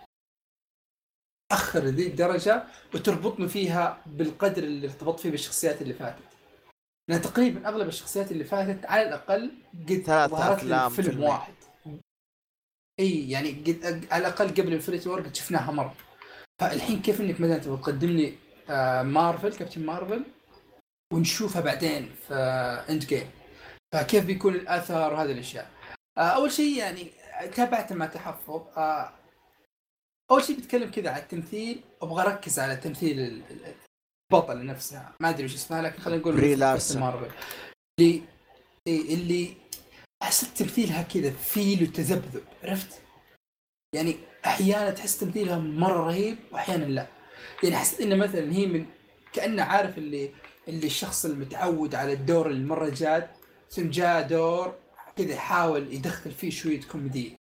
اخر ذي الدرجه وتربطني فيها بالقدر اللي ارتبط فيه بالشخصيات اللي فاتت. لأن تقريبا اغلب الشخصيات اللي فاتت على الاقل قد ظهرت لي فيلم واحد. اي يعني على الاقل قبل انفنتي وور قد شفناها مره. فالحين كيف انك مثلا تبغى تقدم لي مارفل كابتن مارفل ونشوفها بعدين في اند جيم، فكيف بيكون الاثر وهذه الاشياء. اول شيء يعني تابعت مع تحفظ. اول شيء بتكلم كذا على التمثيل، ابغى اركز على تمثيل البطل نفسها، ما ادري وش اسمها لكن خلينا نقول بري مثل كابتن لارسن. مارفل اللي اللي احس تمثيلها كذا فيل وتذبذب، عرفت يعني احيانا تحس تمثيلها مره رهيب واحيانا لا. يعني حسيت انه مثلا هي من كانه عارف اللي الشخص المتعود على الدور المره جاد ثم جاء دور كذا يحاول يدخل فيه شويه كوميديه.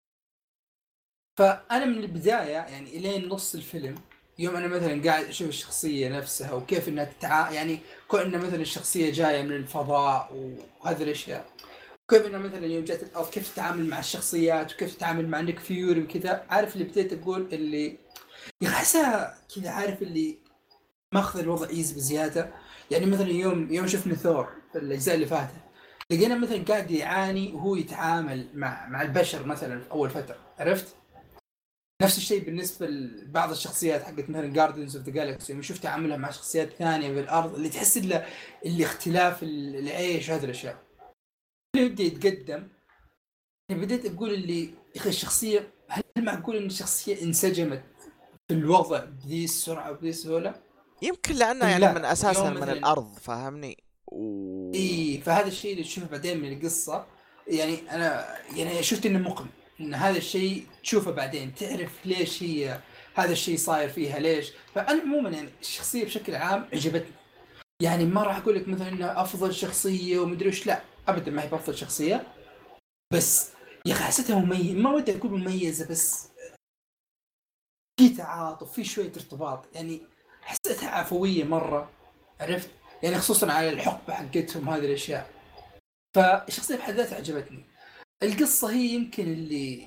فانا من البدايه يعني الين نص الفيلم، يوم انا مثلا قاعد اشوف الشخصيه نفسها وكيف انها يعني كون ان مثلا الشخصيه جايه من الفضاء وهذه الاشياء، كيف انه مثلا يوم جات الارض كيف تتعامل مع الشخصيات وكيف تتعامل مع نيك فيوري وكذا، عارف اللي بديت اقول اللي يحسها كذا، عارف اللي ماخذ الوضع ايزي بزياده. يعني مثلا يوم شفنا ثور في الاجزاء اللي فاتت، لقينا مثلا قاعد يعاني وهو يتعامل مع البشر مثلا في اول فتره، عرفت. نفس الشيء بالنسبه لبعض الشخصيات حقت مثلا جاردنز اوف ذا جالكسي، لما شفت تعاملها مع شخصيات ثانيه بالارض اللي تحس اللي اختلاف العيش هذه الاشياء اللي يبدا يتقدم. يعني بديت اقول اللي يا اخي الشخصيه، هل معقول ان الشخصيه انسجمت في الوضع بذي السرعه وبذي السهوله؟ يمكن لانه يعني من لا اساسا يوم من مثلا الارض، فاهمني. اي، فهذا الشيء اللي تشوفه بعدين من القصه. يعني انا يعني شفت انه مقنع ان هذا الشيء تشوفه بعدين تعرف ليش هي هذا الشيء صاير فيها ليش. فانا عموما يعني الشخصيه بشكل عام عجبتني. يعني ما راح اقول لك مثلا انها افضل شخصيه ومدري ايش، لا ابدا ما هي افضل شخصيه، بس يا اخي حسيتها مميزه، ما ودي اقول مميزه بس في تعاطف في شويه ارتباط. يعني حسيتها عفويه مره، عرفت يعني خصوصا على الحقبه حقتهم هذه الاشياء. فالشخصيه بحد ذاتها عجبتني. القصه هي يمكن اللي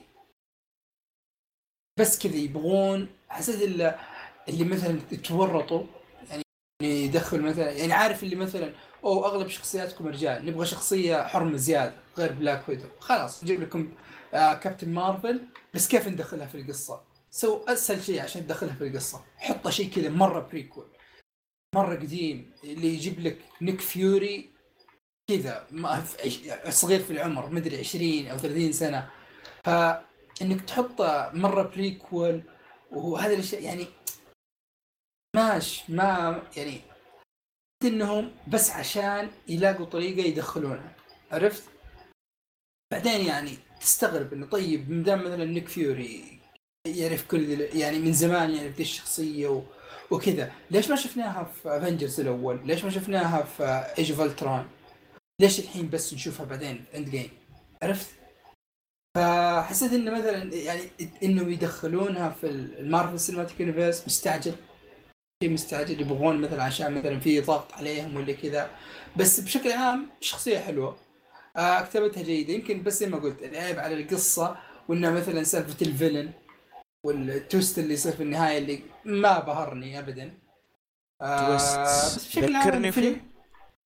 بس كذا يبغون، حسيت اللي مثلا يتورطوا، يعني يدخل مثلا يعني عارف اللي مثلا او اغلب شخصياتكم رجال نبغى شخصيه حرمه زياده غير بلاك ويدو، خلاص نجيب لكم كابتن مارفل، بس كيف ندخلها في القصه؟ سو اسهل شيء عشان تدخلها في القصه حط شيء كذا مره بريكول مره قديم، اللي يجيب لك نيك فيوري كذا صغير في العمر مدري 20 او 30 سنه، فانك تحط مره بريكول وهذا الاشياء يعني ماش ما يعني انهم بس عشان يلاقوا طريقه يدخلونها، عرفت. بعدين يعني تستغرب انه طيب مدام مثلا نيك فيوري يعرف كل يعني من زمان يعرف دي الشخصيه وكذا، ليش ما شفناها في افنجرز الاول؟ ليش ما شفناها في ايج اوف الترون؟ ليش الحين بس نشوفها بعدين اند جيم؟ عرفت. فحسيت انه مثلا يعني انه يدخلونها في المارفل سينماتيك يونيفرس مستعجل، شيء مستعجل، يبغون مثلا عشان مثلا في ضغط عليهم ولا كذا. بس بشكل عام شخصيه حلوه، كتابتها جيده. يمكن بس زي ما قلت العيب على القصه، وانها مثلا سالفه الفيلن والتويست اللي يصير في النهايه اللي ما بهرني ابدا. تويست بس بشكل عام ذكرني الفيلم فيه.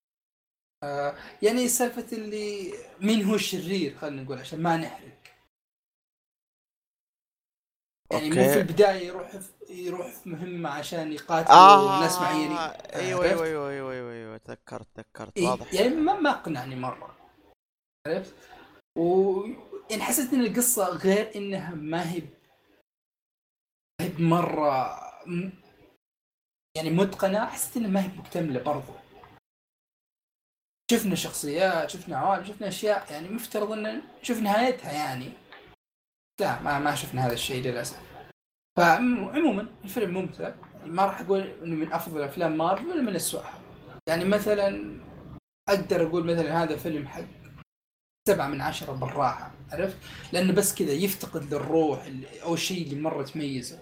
يعني سالفه اللي مين هو الشرير، خلينا نقول عشان ما نحرق. يعني مو في اوكي. البدايه يروح في مهمه عشان يقاتلوا ناس معينين، ايوه ايوه عرفت. ايوه ايوه ايوه, أيوة. تذكرت إيه واضح. يعني ما اقنعني مره، عرفت. و يعني حسيت ان القصه غير انها ما هي مره يعني متقنه، حسيت انها ما هي مكتمله برضو. شفنا شخصيات، شفنا عوالم، شفنا اشياء يعني مفترض ان نشوف نهايتها يعني، لا ما شفنا هذا الشيء للاسف. فعموما الفيلم ممتع، ما راح اقول انه من افضل افلام مارفل ولا من اسوأها. يعني مثلا اقدر اقول مثلا هذا فيلم حق 7 من 10 بالراحه، عرفت. لانه بس كذا يفتقد للروح او الشيء اللي مره تميزه.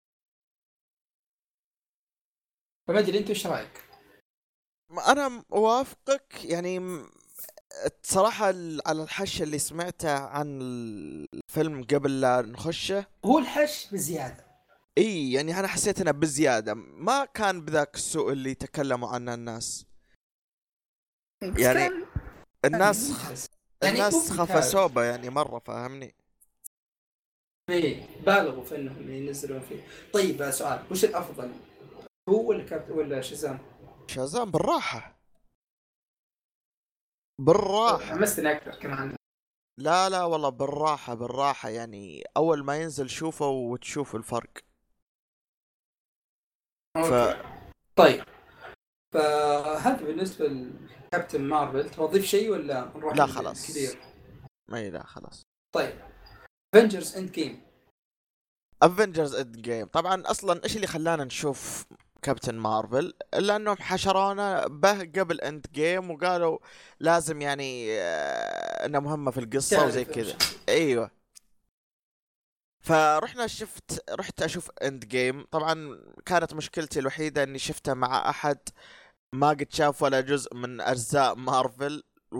فما ادري انت ايش رايك؟ انا اوافقك يعني. صراحة على الحش اللي سمعته عن الفيلم قبل لا نخشه، هو الحش بزياده. اي يعني انا حسيت انه بزيادة، ما كان بذاك السوء اللي تكلموا عنه الناس. بس يعني كان يعني الناس ممتاز، يعني مو الناس ممتاز. خفسوبة يعني مرة، فاهمني. ايه بالغوا في انهم ينزلون فيه. طيب سؤال، وش الافضل، هو ولا ولا شازام؟ شازام بالراحة بالراحة. حمستني اكثر كمان. لا لا والله بالراحة بالراحة، يعني أول ما ينزل شوفه وتشوف الفرق. ف اوكي طيب، فهذا بالنسبه لكابتن مارفل. تبغى تضيف شيء ولا نروح لا خلاص، للكبير؟ لا خلاص. طيب افنجرز اند جيم. افنجرز اند جيم طبعا. اصلا ايش اللي خلانا نشوف كابتن مارفل الا انهم حشرونا به قبل اند جيم وقالوا لازم يعني انها مهمة في القصة وزي تعرف كذا. شخصية. ايوه. رحت اشوف اند جيم. طبعا كانت مشكلتي الوحيدة اني شفتها مع احد ما قد شاف ولا جزء من اجزاء مارفل،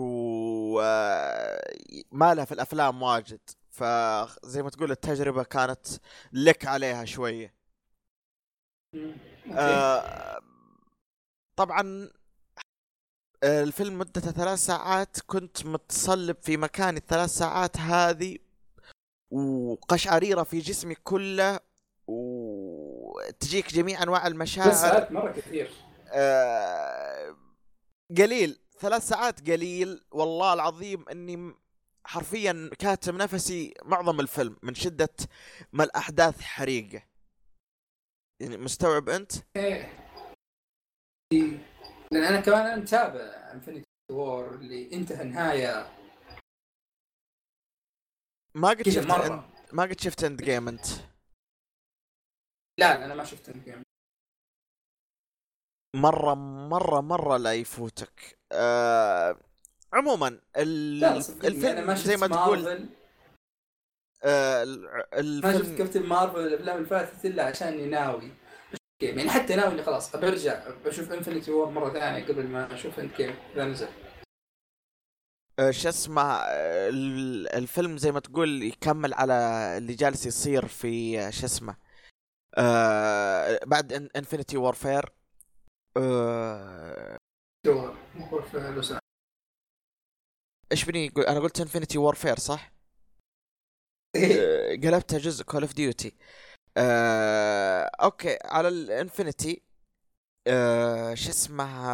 وما لها في الافلام واجد، فزي ما تقول التجربة كانت لك عليها شوية. اوكي. آه، طبعا الفيلم مدته 3 ساعات، كنت متصلب في مكاني ال3 ساعات هذه، وقشعريرة في جسمي كله، وتجيك جميع أنواع بس المشاعر. ساعات مره كثير. آه، قليل 3 ساعات قليل والله العظيم. اني حرفيا كاتم نفسي معظم الفيلم من شدة ما الأحداث حريقة. يعني مستوعب أنت؟ ايه، لان انا كمان متابع انفنتي وور اللي انتهى نهايه ما قد كذا شفت مره. ما قد شفت اند جيم أنت؟ لا انا ما شفت الجيم. مرة لا يفوتك. عموما لا صدقني انا ما الفيلم زي شفت ما تقول مارفل، ما شفت الفيلم. كابتن مارفل الافلام اللي فاتت الا عشان ناوي جيم. يعني حتى ناوي اني خلاص برجع بشوف انفنتي وور مره ثانيه قبل ما اشوف اند جيم اذا نزل. شو اسمه الفيلم زي ما تقول يكمل على اللي جالس يصير في شو اسمه بعد انفينيتي وورفير. وور في لوس. ايش بني يقول؟ انا قلت انفينيتي وورفير صح؟ ايه قلبتها جزء كول اوف ديوتي. اوكي على الانفينيتي. شو اسمه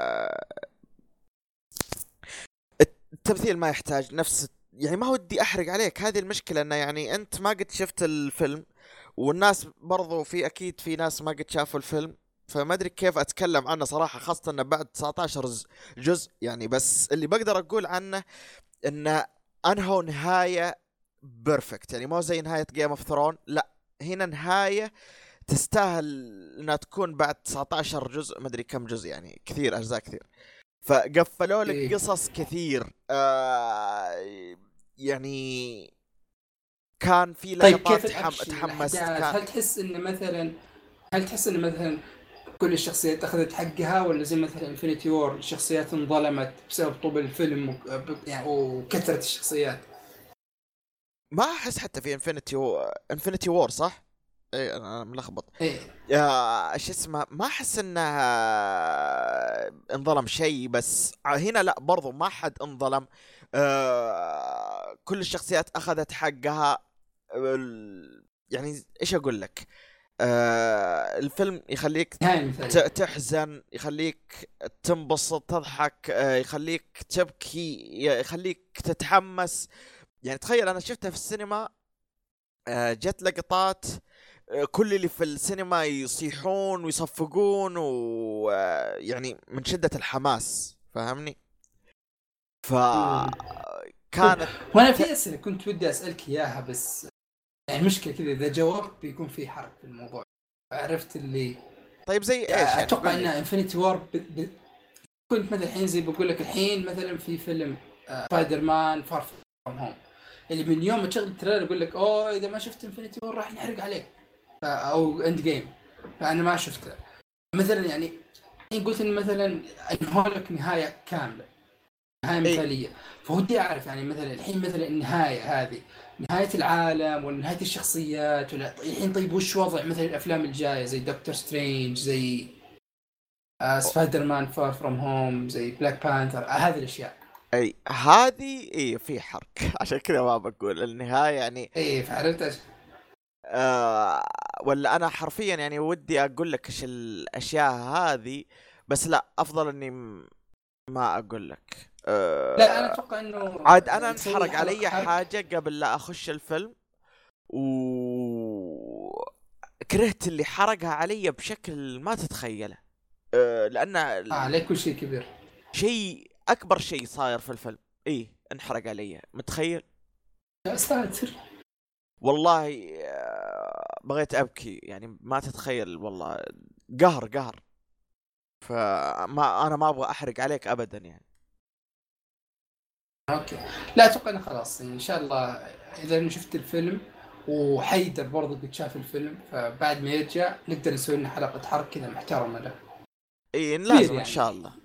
التمثيل ما يحتاج نفس، يعني ما ودي احرق عليك، هذه المشكلة انه يعني انت ما قد شفت الفيلم، والناس برضو في اكيد في ناس ما قد شافوا الفيلم، فما ادري كيف اتكلم عنه صراحة، خاصة انه بعد 19 جزء يعني. بس اللي بقدر اقول عنه انه انهوا نهاية بيرفكت، يعني مو زي نهاية جيم اوف ثرون، لا هنا نهاية تستاهل انها تكون بعد 19 جزء، ما ادري كم جزء يعني، كثير اجزاء كثير، فقفلوا لك ايه. قصص كثير. يعني كان في طيب كيف لقطات الاكشن تحمست والاحداث؟ كان. هل تحس ان مثلا كل الشخصيات اخذت حقها، ولا زي مثلا انفنتي وور الشخصيات انظلمت بسبب طول الفيلم يعني وكثرة الشخصيات؟ ما احس حتى في انفينيتي وور صح؟ اي انا ملخبط. ايه. يا شو اسمه ما احس انه انظلم شيء، بس هنا لا برضو ما حد انظلم. كل الشخصيات اخذت حقها. يعني ايش اقول لك؟ الفيلم يخليك نهاية مثالية. تحزن، يخليك تنبسط تضحك، يخليك تبكي، يخليك تتحمس. يعني تخيل انا شفتها في السينما، جت لقطات كل اللي في السينما يصيحون ويصفقون، ويعني من شدة الحماس فاهمني. مم. طيب فكانت وانا ت... في اسئله كنت ودي اسالك اياها، بس يعني المشكله كذا اذا جاوبت بيكون في حرق في الموضوع. عرفت اللي طيب زي ايش يعني؟ اتوقع قل ان لي. انفنتي وور كنت مثلا الحين زي بقول لك الحين مثلا في فيلم سبايدر مان فار فروم هوم، اللي من يوم ما تشغل التريلر يقول لك اوه اذا ما شفت انفنتي وور راح نحرق عليك، او اند جيم. فانا ما شفته مثلا. يعني الحين قلت ان مثلا انه لك نهايه كامله، نهايه اي مثاليه. فودي اعرف يعني مثلا الحين مثلا النهايه هذه نهايه العالم ولا نهايه الشخصيات، ولا الحين طيب وش وضع مثلا الافلام الجايه زي دكتور سترينج، زي سبايدر مان فار فروم هوم، زي بلاك بانثر، هذه الاشياء. هذه اي في حرق عشان كذا ما بقول النهاية يعني. ايه فعرفت ولا انا حرفيا يعني ودي اقول لك ايش الاشياء هذه، بس لا افضل اني ما اقول لك. لا انا اتوقع انه عاد انا نسوي انحرق حلقه علي حرق. حاجه قبل لا اخش الفيلم، و كرهت اللي حرقها علي بشكل ما تتخيله. لان عليك كل شيء كبير. شيء اكبر شيء صاير في الفيلم ايه انحرق علي، متخيل؟ لا استهتر. والله بغيت ابكي يعني ما تتخيل والله. قهر قهر. فما انا ما ابغى احرق عليك ابدا يعني. اوكي. لا اتوقع انه خلاص ان شاء الله اذا أنا شفت الفيلم وحيدر برضه قد شاف الفيلم، فبعد ما يرجع نقدر نسوي لنا حلقه حرق كذا محترمه له. ايه كبير لازم ان يعني. شاء الله.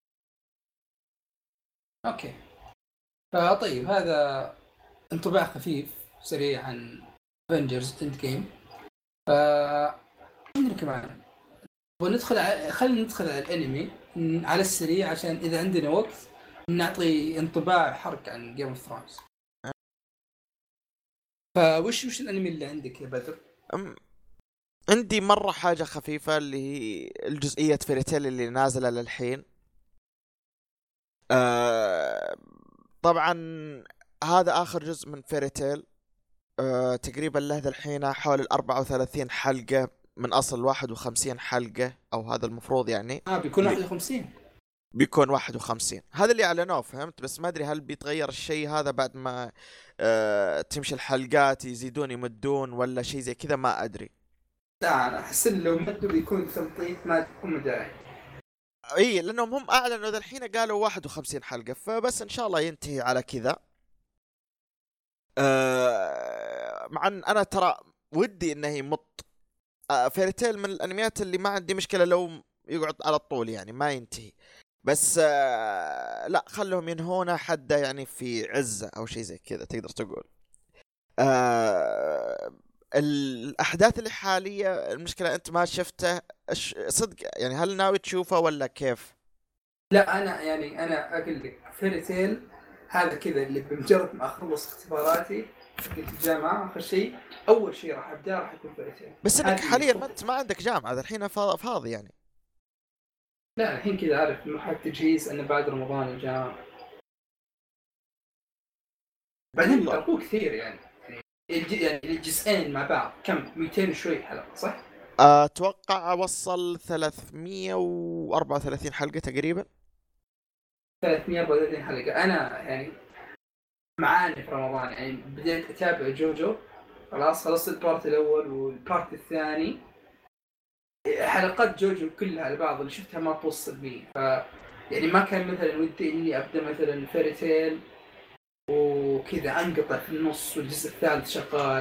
اوكي. فطيب هذا انطباع خفيف سريع عن افنجرز اند جيم. عندنا كمان خلينا ندخل على الانمي على السريع عشان اذا عندنا وقت نعطي انطباع حرق عن جيم اوف ثرونز. فوش الانمي اللي عندك يا بدر؟ عندي مرة حاجة خفيفة اللي هي الجزئية فيريتيل اللي نازلة للحين. طبعا هذا آخر جزء من فيريتيل. تقريبا له ذا الحين حوالي 34 حلقة من أصل 51 حلقة، أو هذا المفروض يعني. بيكون اللي 51. بيكون 51 هذا اللي أعلنوه، فهمت؟ بس ما أدري هل بيتغير الشيء هذا بعد ما تمشي الحلقات، يزيدون يمدون ولا شيء زي كذا، ما أدري. لا انا احس لو مدوا بيكون تمطيط ما تكون داعي. اي لانهم هم اعلنوا ذا الحين قالوا 51 حلقة، فبس ان شاء الله ينتهي على كذا. مع ان انا ترى ودي انه يمط. فيريتيل من الانميات اللي ما عندي مشكلة لو يقعد على الطول يعني ما ينتهي، بس لا خلهم ينهونه حده يعني في عزة او شيء زي كذا تقدر تقول. الاحداث اللي حالية المشكلة انت ما شفته صدق يعني، هل ناوي تشوفه ولا كيف؟ لا انا اقول لك فيريتيل هذا كذا اللي بمجرد ما اخلص اختباراتي في الجامعه اخر شيء اول شيء راح ابدا راح يكون فيريتيل. بس انك حاليا ما عندك جامعة الحين فاضي يعني. لا الحين كذا عارف مرحله تجهيز انه بعد رمضان الجامعه. بعدين تركوه كثير يعني الجزئين مع بعض كم 200 شوي حلقه صح؟ اتوقع وصل 334 حلقة تقريبا. 334 حلقه. انا يعني معاني في رمضان يعني بديت اتابع جوجو، خلصت البارت الاول والبارت الثاني. حلقات جوجو كلها على بعض اللي شفتها ما توصل 100، ف يعني ما كان مثلا ودي اني ابدا مثلا فيريتيل وكذا انقطع في النص والجزء الثالث شغال،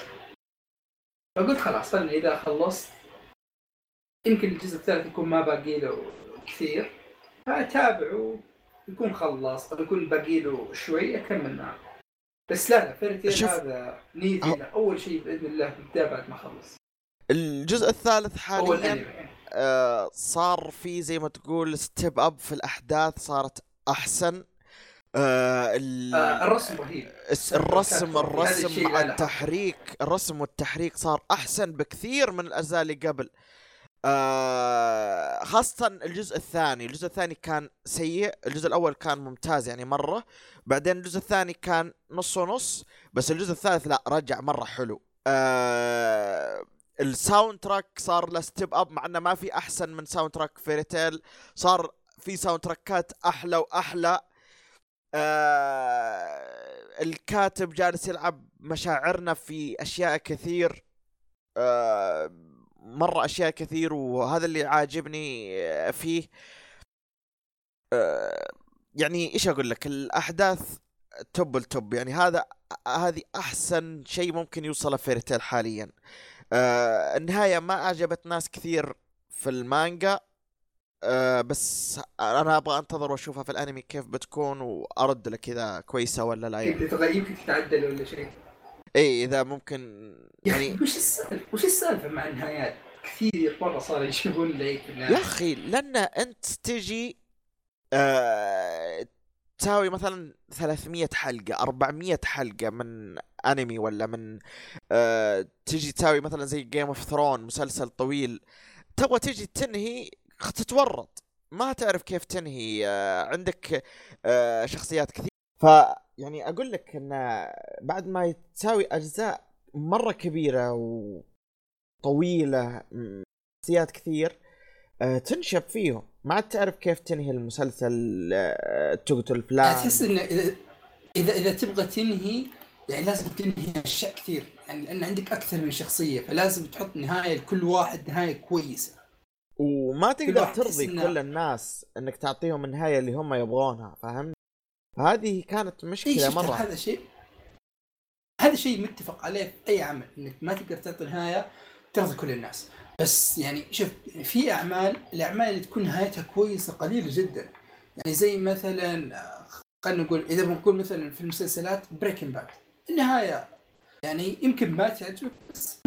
فقلت خلاص خلني اذا خلصت يمكن الجزء الثالث يكون ما باقي له كثير فاتابعه يكون خلص او يكون باقي له شوي اكمل معه. بس لا فيريتيل هذا نيتي اول شيء باذن الله ببدا بعد ما اخلص الجزء الثالث حاليا. يعني. صار في زي ما تقول ستيب اب في الاحداث، صارت احسن. الرسم رهيب. الرسم مع التحريك، الرسم والتحريك صار احسن بكثير من الاجزاء اللي قبل. خاصة الجزء الثاني كان سيء، الجزء الأول كان ممتاز يعني مرة، بعدين الجزء الثاني كان نص ونص، بس الجزء الثالث لا رجع مرة حلو. الساوند تراك صار له ستيب اب، مع انه ما في احسن من ساوند تراك فيريتيل، صار في ساوند تراكات احلى واحلى. الكاتب جالس يلعب مشاعرنا في اشياء كثير، مرة أشياء كثير، وهذا اللي عاجبني فيه. يعني إيش أقول لك، الأحداث توب التوب يعني. هذه أحسن شيء ممكن يوصل فيريتيل حاليا. النهاية ما أعجبت ناس كثير في المانجا، بس أنا أبغى أنتظر وأشوفها في الأنمي كيف بتكون، وأرد لك إذا كويسة ولا لا يعني. يمكن تتعدل ولا شيء. ايه اذا ممكن يعني. وش السالفه مع النهايات كثير مره صار يجيبون لي يا اخي لان انت تجي تساوي مثلا 300 حلقة 400 حلقة من انمي، ولا من تجي تساوي مثلا زي جيم اوف ثرون مسلسل طويل، تبغى تيجي تنهي تتورط، ما تعرف كيف تنهي. عندك شخصيات كثير. ف يعني اقول لك ان بعد ما تساوي اجزاء مرة كبيرة وطويلة، شخصيات كثير، تنشب فيهم، ما عاد تعرف كيف تنهي المسلسل، تقتل يعني تحس فلان. ان اذا تبغى تنهي، يعني لازم تنهي اشياء كثير، يعني لان عندك اكثر من شخصيه، فلازم تحط نهايه لكل واحد، نهايه كويسه. وما كل تقدر واحد تحس ترضي انه كل الناس انك تعطيهم النهاية اللي هم يبغونها، فاهم؟ هذه كانت اي مشكلة شفت مرة. هذا شيء متفق عليه في اي عمل، انك ما تقدر تعطي نهايه ترضي كل الناس. بس يعني شوف، في الاعمال اللي تكون نهايتها كويسه قليله جدا. يعني زي مثلا خلينا نقول، اذا بنقول مثلا في المسلسلات بريكنج باد، النهايه يعني يمكن ما تعجبك بس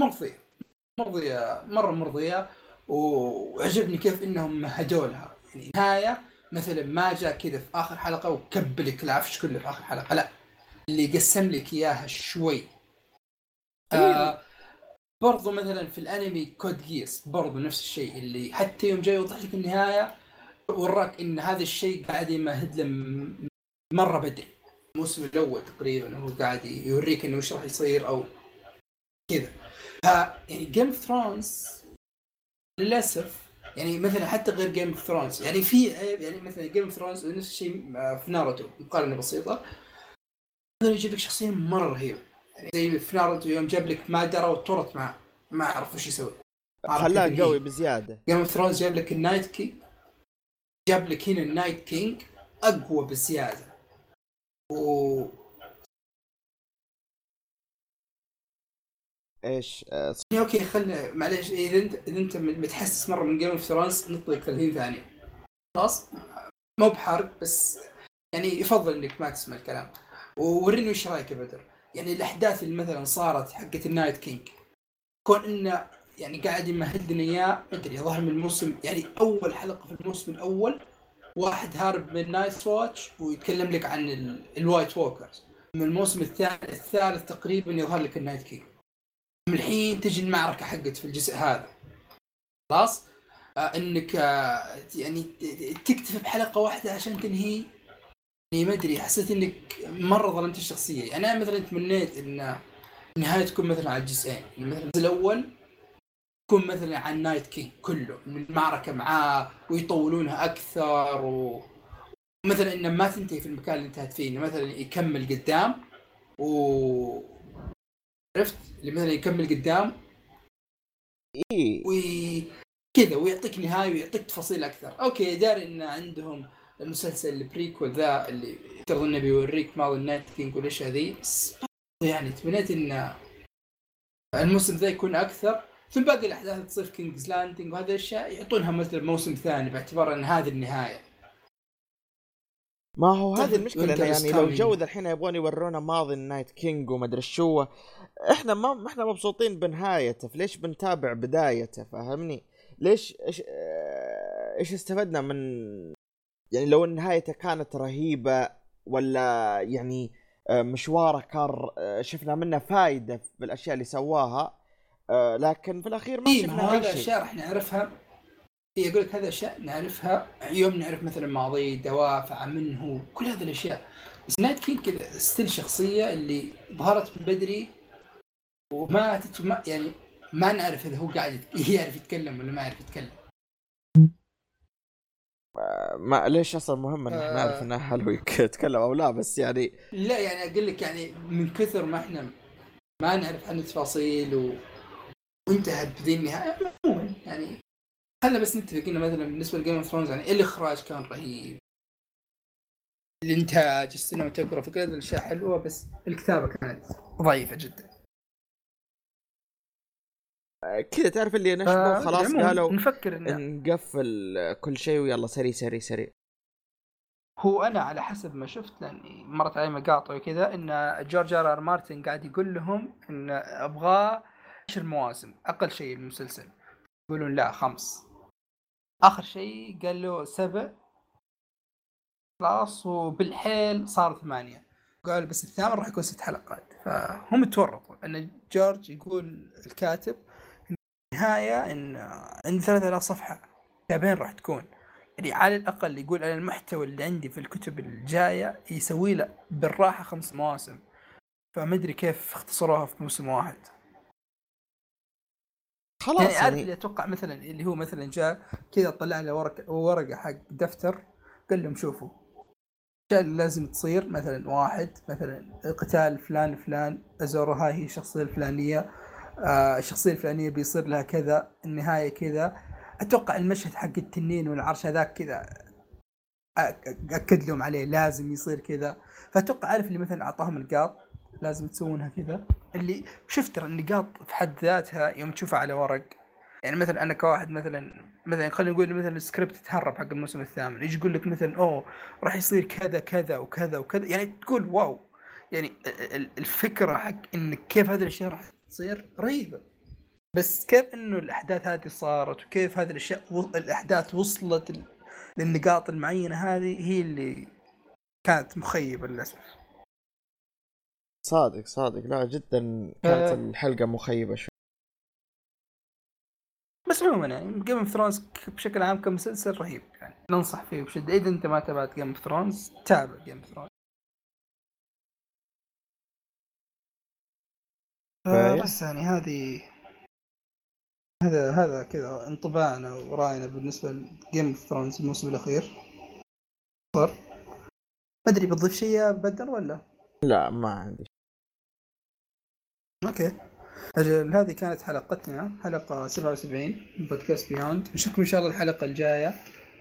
مرضيه مره مرضيه. وعجبني كيف انهم مهدوا لها يعني نهايه. مثلا ما جاء كذا في اخر حلقه وكبلك العفش كله في اخر حلقه، لا، اللي قسم لك اياها شوي. اي آه برضو مثلا في الانمي كود جيس برضو نفس الشيء، اللي حتى يوم جاي يوضح لك النهايه وراك ان هذا الشيء قاعد يمهد له مره بدري. الموسم الاول تقريبا هو قاعد يوريك انه ايش راح يصير او كذا. يعني جيم اوف ثرونز للاسف، يعني مثلا حتى غير جيم اوف ثرونز، يعني في عيب. يعني مثلا جيم اوف ثرونز نفس الشيء في ناروتو، مقارنه بسيطه، مثلا يجيب لك شخصيه مره رهيبه. يعني زي في ناروتو يوم جاب لك مادارا وطرت معه، ما عرف وش يسوي، ما عرف كيف خلاه ينهيه. قوي بزيادة. جيم اوف ثرونز جاب لك النايت كينج، جاب لك هنا النايت كينج اقوى بزياده. و ايش يعني اوكي، خلنا معليش، اذا انت متحسس مره من جيم اوف ثرونز، نطلق 30 ثانيه خلاص، مو بحرق بس، يعني يفضل انك ما تسمع الكلام. ووريني وش رايك يا بدر. يعني الاحداث اللي مثلا صارت حقت النايت كينج، كون انه يعني قاعد يمهد لنا اياه، ادري ظهر من الموسم، يعني اول حلقه في الموسم الاول واحد هارب من نايت واتش ويتكلم لك عن الوايت ووكرز. من الموسم الثالث تقريبا يظهر لك النايت كينج. من الحين تجي المعركه حقت في الجزء هذا خلاص. انك يعني تكتفي بحلقه واحده عشان تنهي. يعني ما ادري، حسيت انك مره ظلمت الشخصيه. يعني انا مثلا تمنيت ان النهايه تكون مثلا على الجزئين، يعني مثلا الجزء الاول يكون مثلا عن نايت كينج كله من المعركه معاه ويطولونها اكثر، ومثلا انه ما تنتهي في المكان اللي انتهت فيه، انه مثلا يكمل قدام. و عرفت اللي مثلا يكمل قدام اي وكذا، ويعطيك نهايه ويعطيك تفاصيل اكثر. اوكي، داري ان عندهم المسلسل البريكول ذا اللي ترى انه بيوريك ماضي النايت كينج وليش هذه، بس يعني تمنيت ان الموسم ذا يكون اكثر، ثم باقي الاحداث تصير في كينجز لاندنج وهذه الاشياء يعطونها مثل موسم ثاني، باعتبار ان هذه النهايه. ما هو هذه تعرف المشكلة، انه وينتر يعني لو جو كامينج. الحين يبغون يورونا ماضي النايت كينج وما ادري شو، ما احنا مبسوطين بنهايته، فليش بنتابع بدايته؟ فاهمني؟ ليش ايش استفدنا من، يعني لو نهايته كانت رهيبة، ولا يعني مشواره كان شفنا منه فايدة بالاشياء اللي سواها، لكن في الاخير ما اي، ما هو شفنا اي هذا شيء. اشياء راح نعرفها. اي اقول لك هذا اشياء نعرفها يوم نعرف مثلا ماضي، دوافع منه، كل هذه الاشياء. بس نايت كينج كذا ستيل شخصيه اللي ظهرت من بدري وما يعني ما نعرف اذا هو قاعد يعرف يتكلم ولا ما يعرف يتكلم. ما ليش اصلا مهم ان احنا نعرف آه انه هل هو يتكلم او لا، بس يعني لا، يعني اقول لك يعني من كثر ما احنا ما نعرف عن التفاصيل وانتهت بذي النهايه عموما. يعني خلنا بس نتفق انه مثلا بالنسبه لجيم اوف ثرونز، يعني الاخراج كان رهيب، الانتاج، السينماتوجرافي، كل هذه الاشياء حلوه، بس الكتابه كانت ضعيفه جدا. كذا تعرف اللي نشبوا خلاص العموم قالوا نفكر انه نقفل كل شيء ويلا سريع سريع سريع. هو انا على حسب ما شفت، لاني مرت علي مقاطع وكذا، ان جورج ار مارتن قاعد يقول لهم ان ابغاه 10 مواسم اقل شيء المسلسل، يقولون لا 5. اخر شيء قال له 7، خلاص وبالحيل صار 8. قال بس الثامن راح يكون 6 حلقات. فهم تورطوا ان جورج يقول الكاتب النهاية ان عندي 3000 صفحة كتابين راح تكون، يعني على الأقل يقول أنا المحتوى اللي عندي في الكتب الجاية يسوي له بالراحة 5 مواسم. فما أدري كيف اختصروها في موسم واحد. يعني خلاص عارف يعني اللي أتوقع مثلا اللي هو مثلا جاء كذا طلع له ورقة حق دفتر قال لهم شوفوا الأشياء اللي لازم تصير، مثلا واحد مثلا قتال فلان فلان أزورو هاي هي الشخصية الفلانية، الشخصية الفلانية بيصير لها كذا، النهاية كذا. أتوقع المشهد حق التنين والعرش هذاك كذا أكد لهم عليه لازم يصير كذا. فأتوقع عارف اللي مثلا أعطاهم النقاط لازم تسوونها كذا، اللي شفت النقاط في حد ذاتها يوم تشوفها على ورق. يعني مثلا أنا كواحد مثلا خلينا نقول مثلا السكريبت تهرب حق الموسم الثامن، يجي يقول لك مثلا أوه راح يصير كذا كذا وكذا وكذا، يعني تقول واو. يعني الفكرة حق إن كيف هذه الأشياء راح تصير رهيبة. بس كيف إنه الأحداث هذه صارت وكيف هذه الأشياء الأحداث وصلت للنقاط المعينة هذه هي اللي كانت مخيبة للأسف. صادق صادق، لا جدا كانت الحلقة مخيبة شوي. بس عموما يعني جيم اوف ثرونز بشكل عام كمسلسل رهيب، يعني ننصح فيه بشدة. إذا أنت ما تابعت جيم اوف ثرونز تابع جيم اوف ثرونز. كفاية. بس يعني هذا كذا انطباعنا ورأينا بالنسبة لجيم اوف ثرونز الموسم الأخير. ما أدري بتضيف شيء بدل ولا؟ لا ما عندي. اوكي أجل، هذه كانت حلقتنا، حلقة 77 من بودكاست بيوند. نشوفكم إن شاء الله الحلقة الجاية.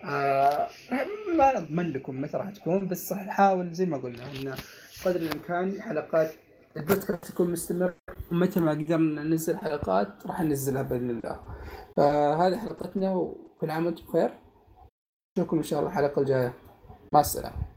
ما نضمن لكم متى راح تكون، بس راح نحاول زي ما قلنا إن قدر الإمكان حلقات البودكاست تكون مستمر، ومتى ما قدرنا ننزل حلقات راح ننزلها بإذن الله. فهذه حلقتنا وكل عام وانتم بخير. نشوفكم إن شاء الله الحلقة الجاية. مع السلامة.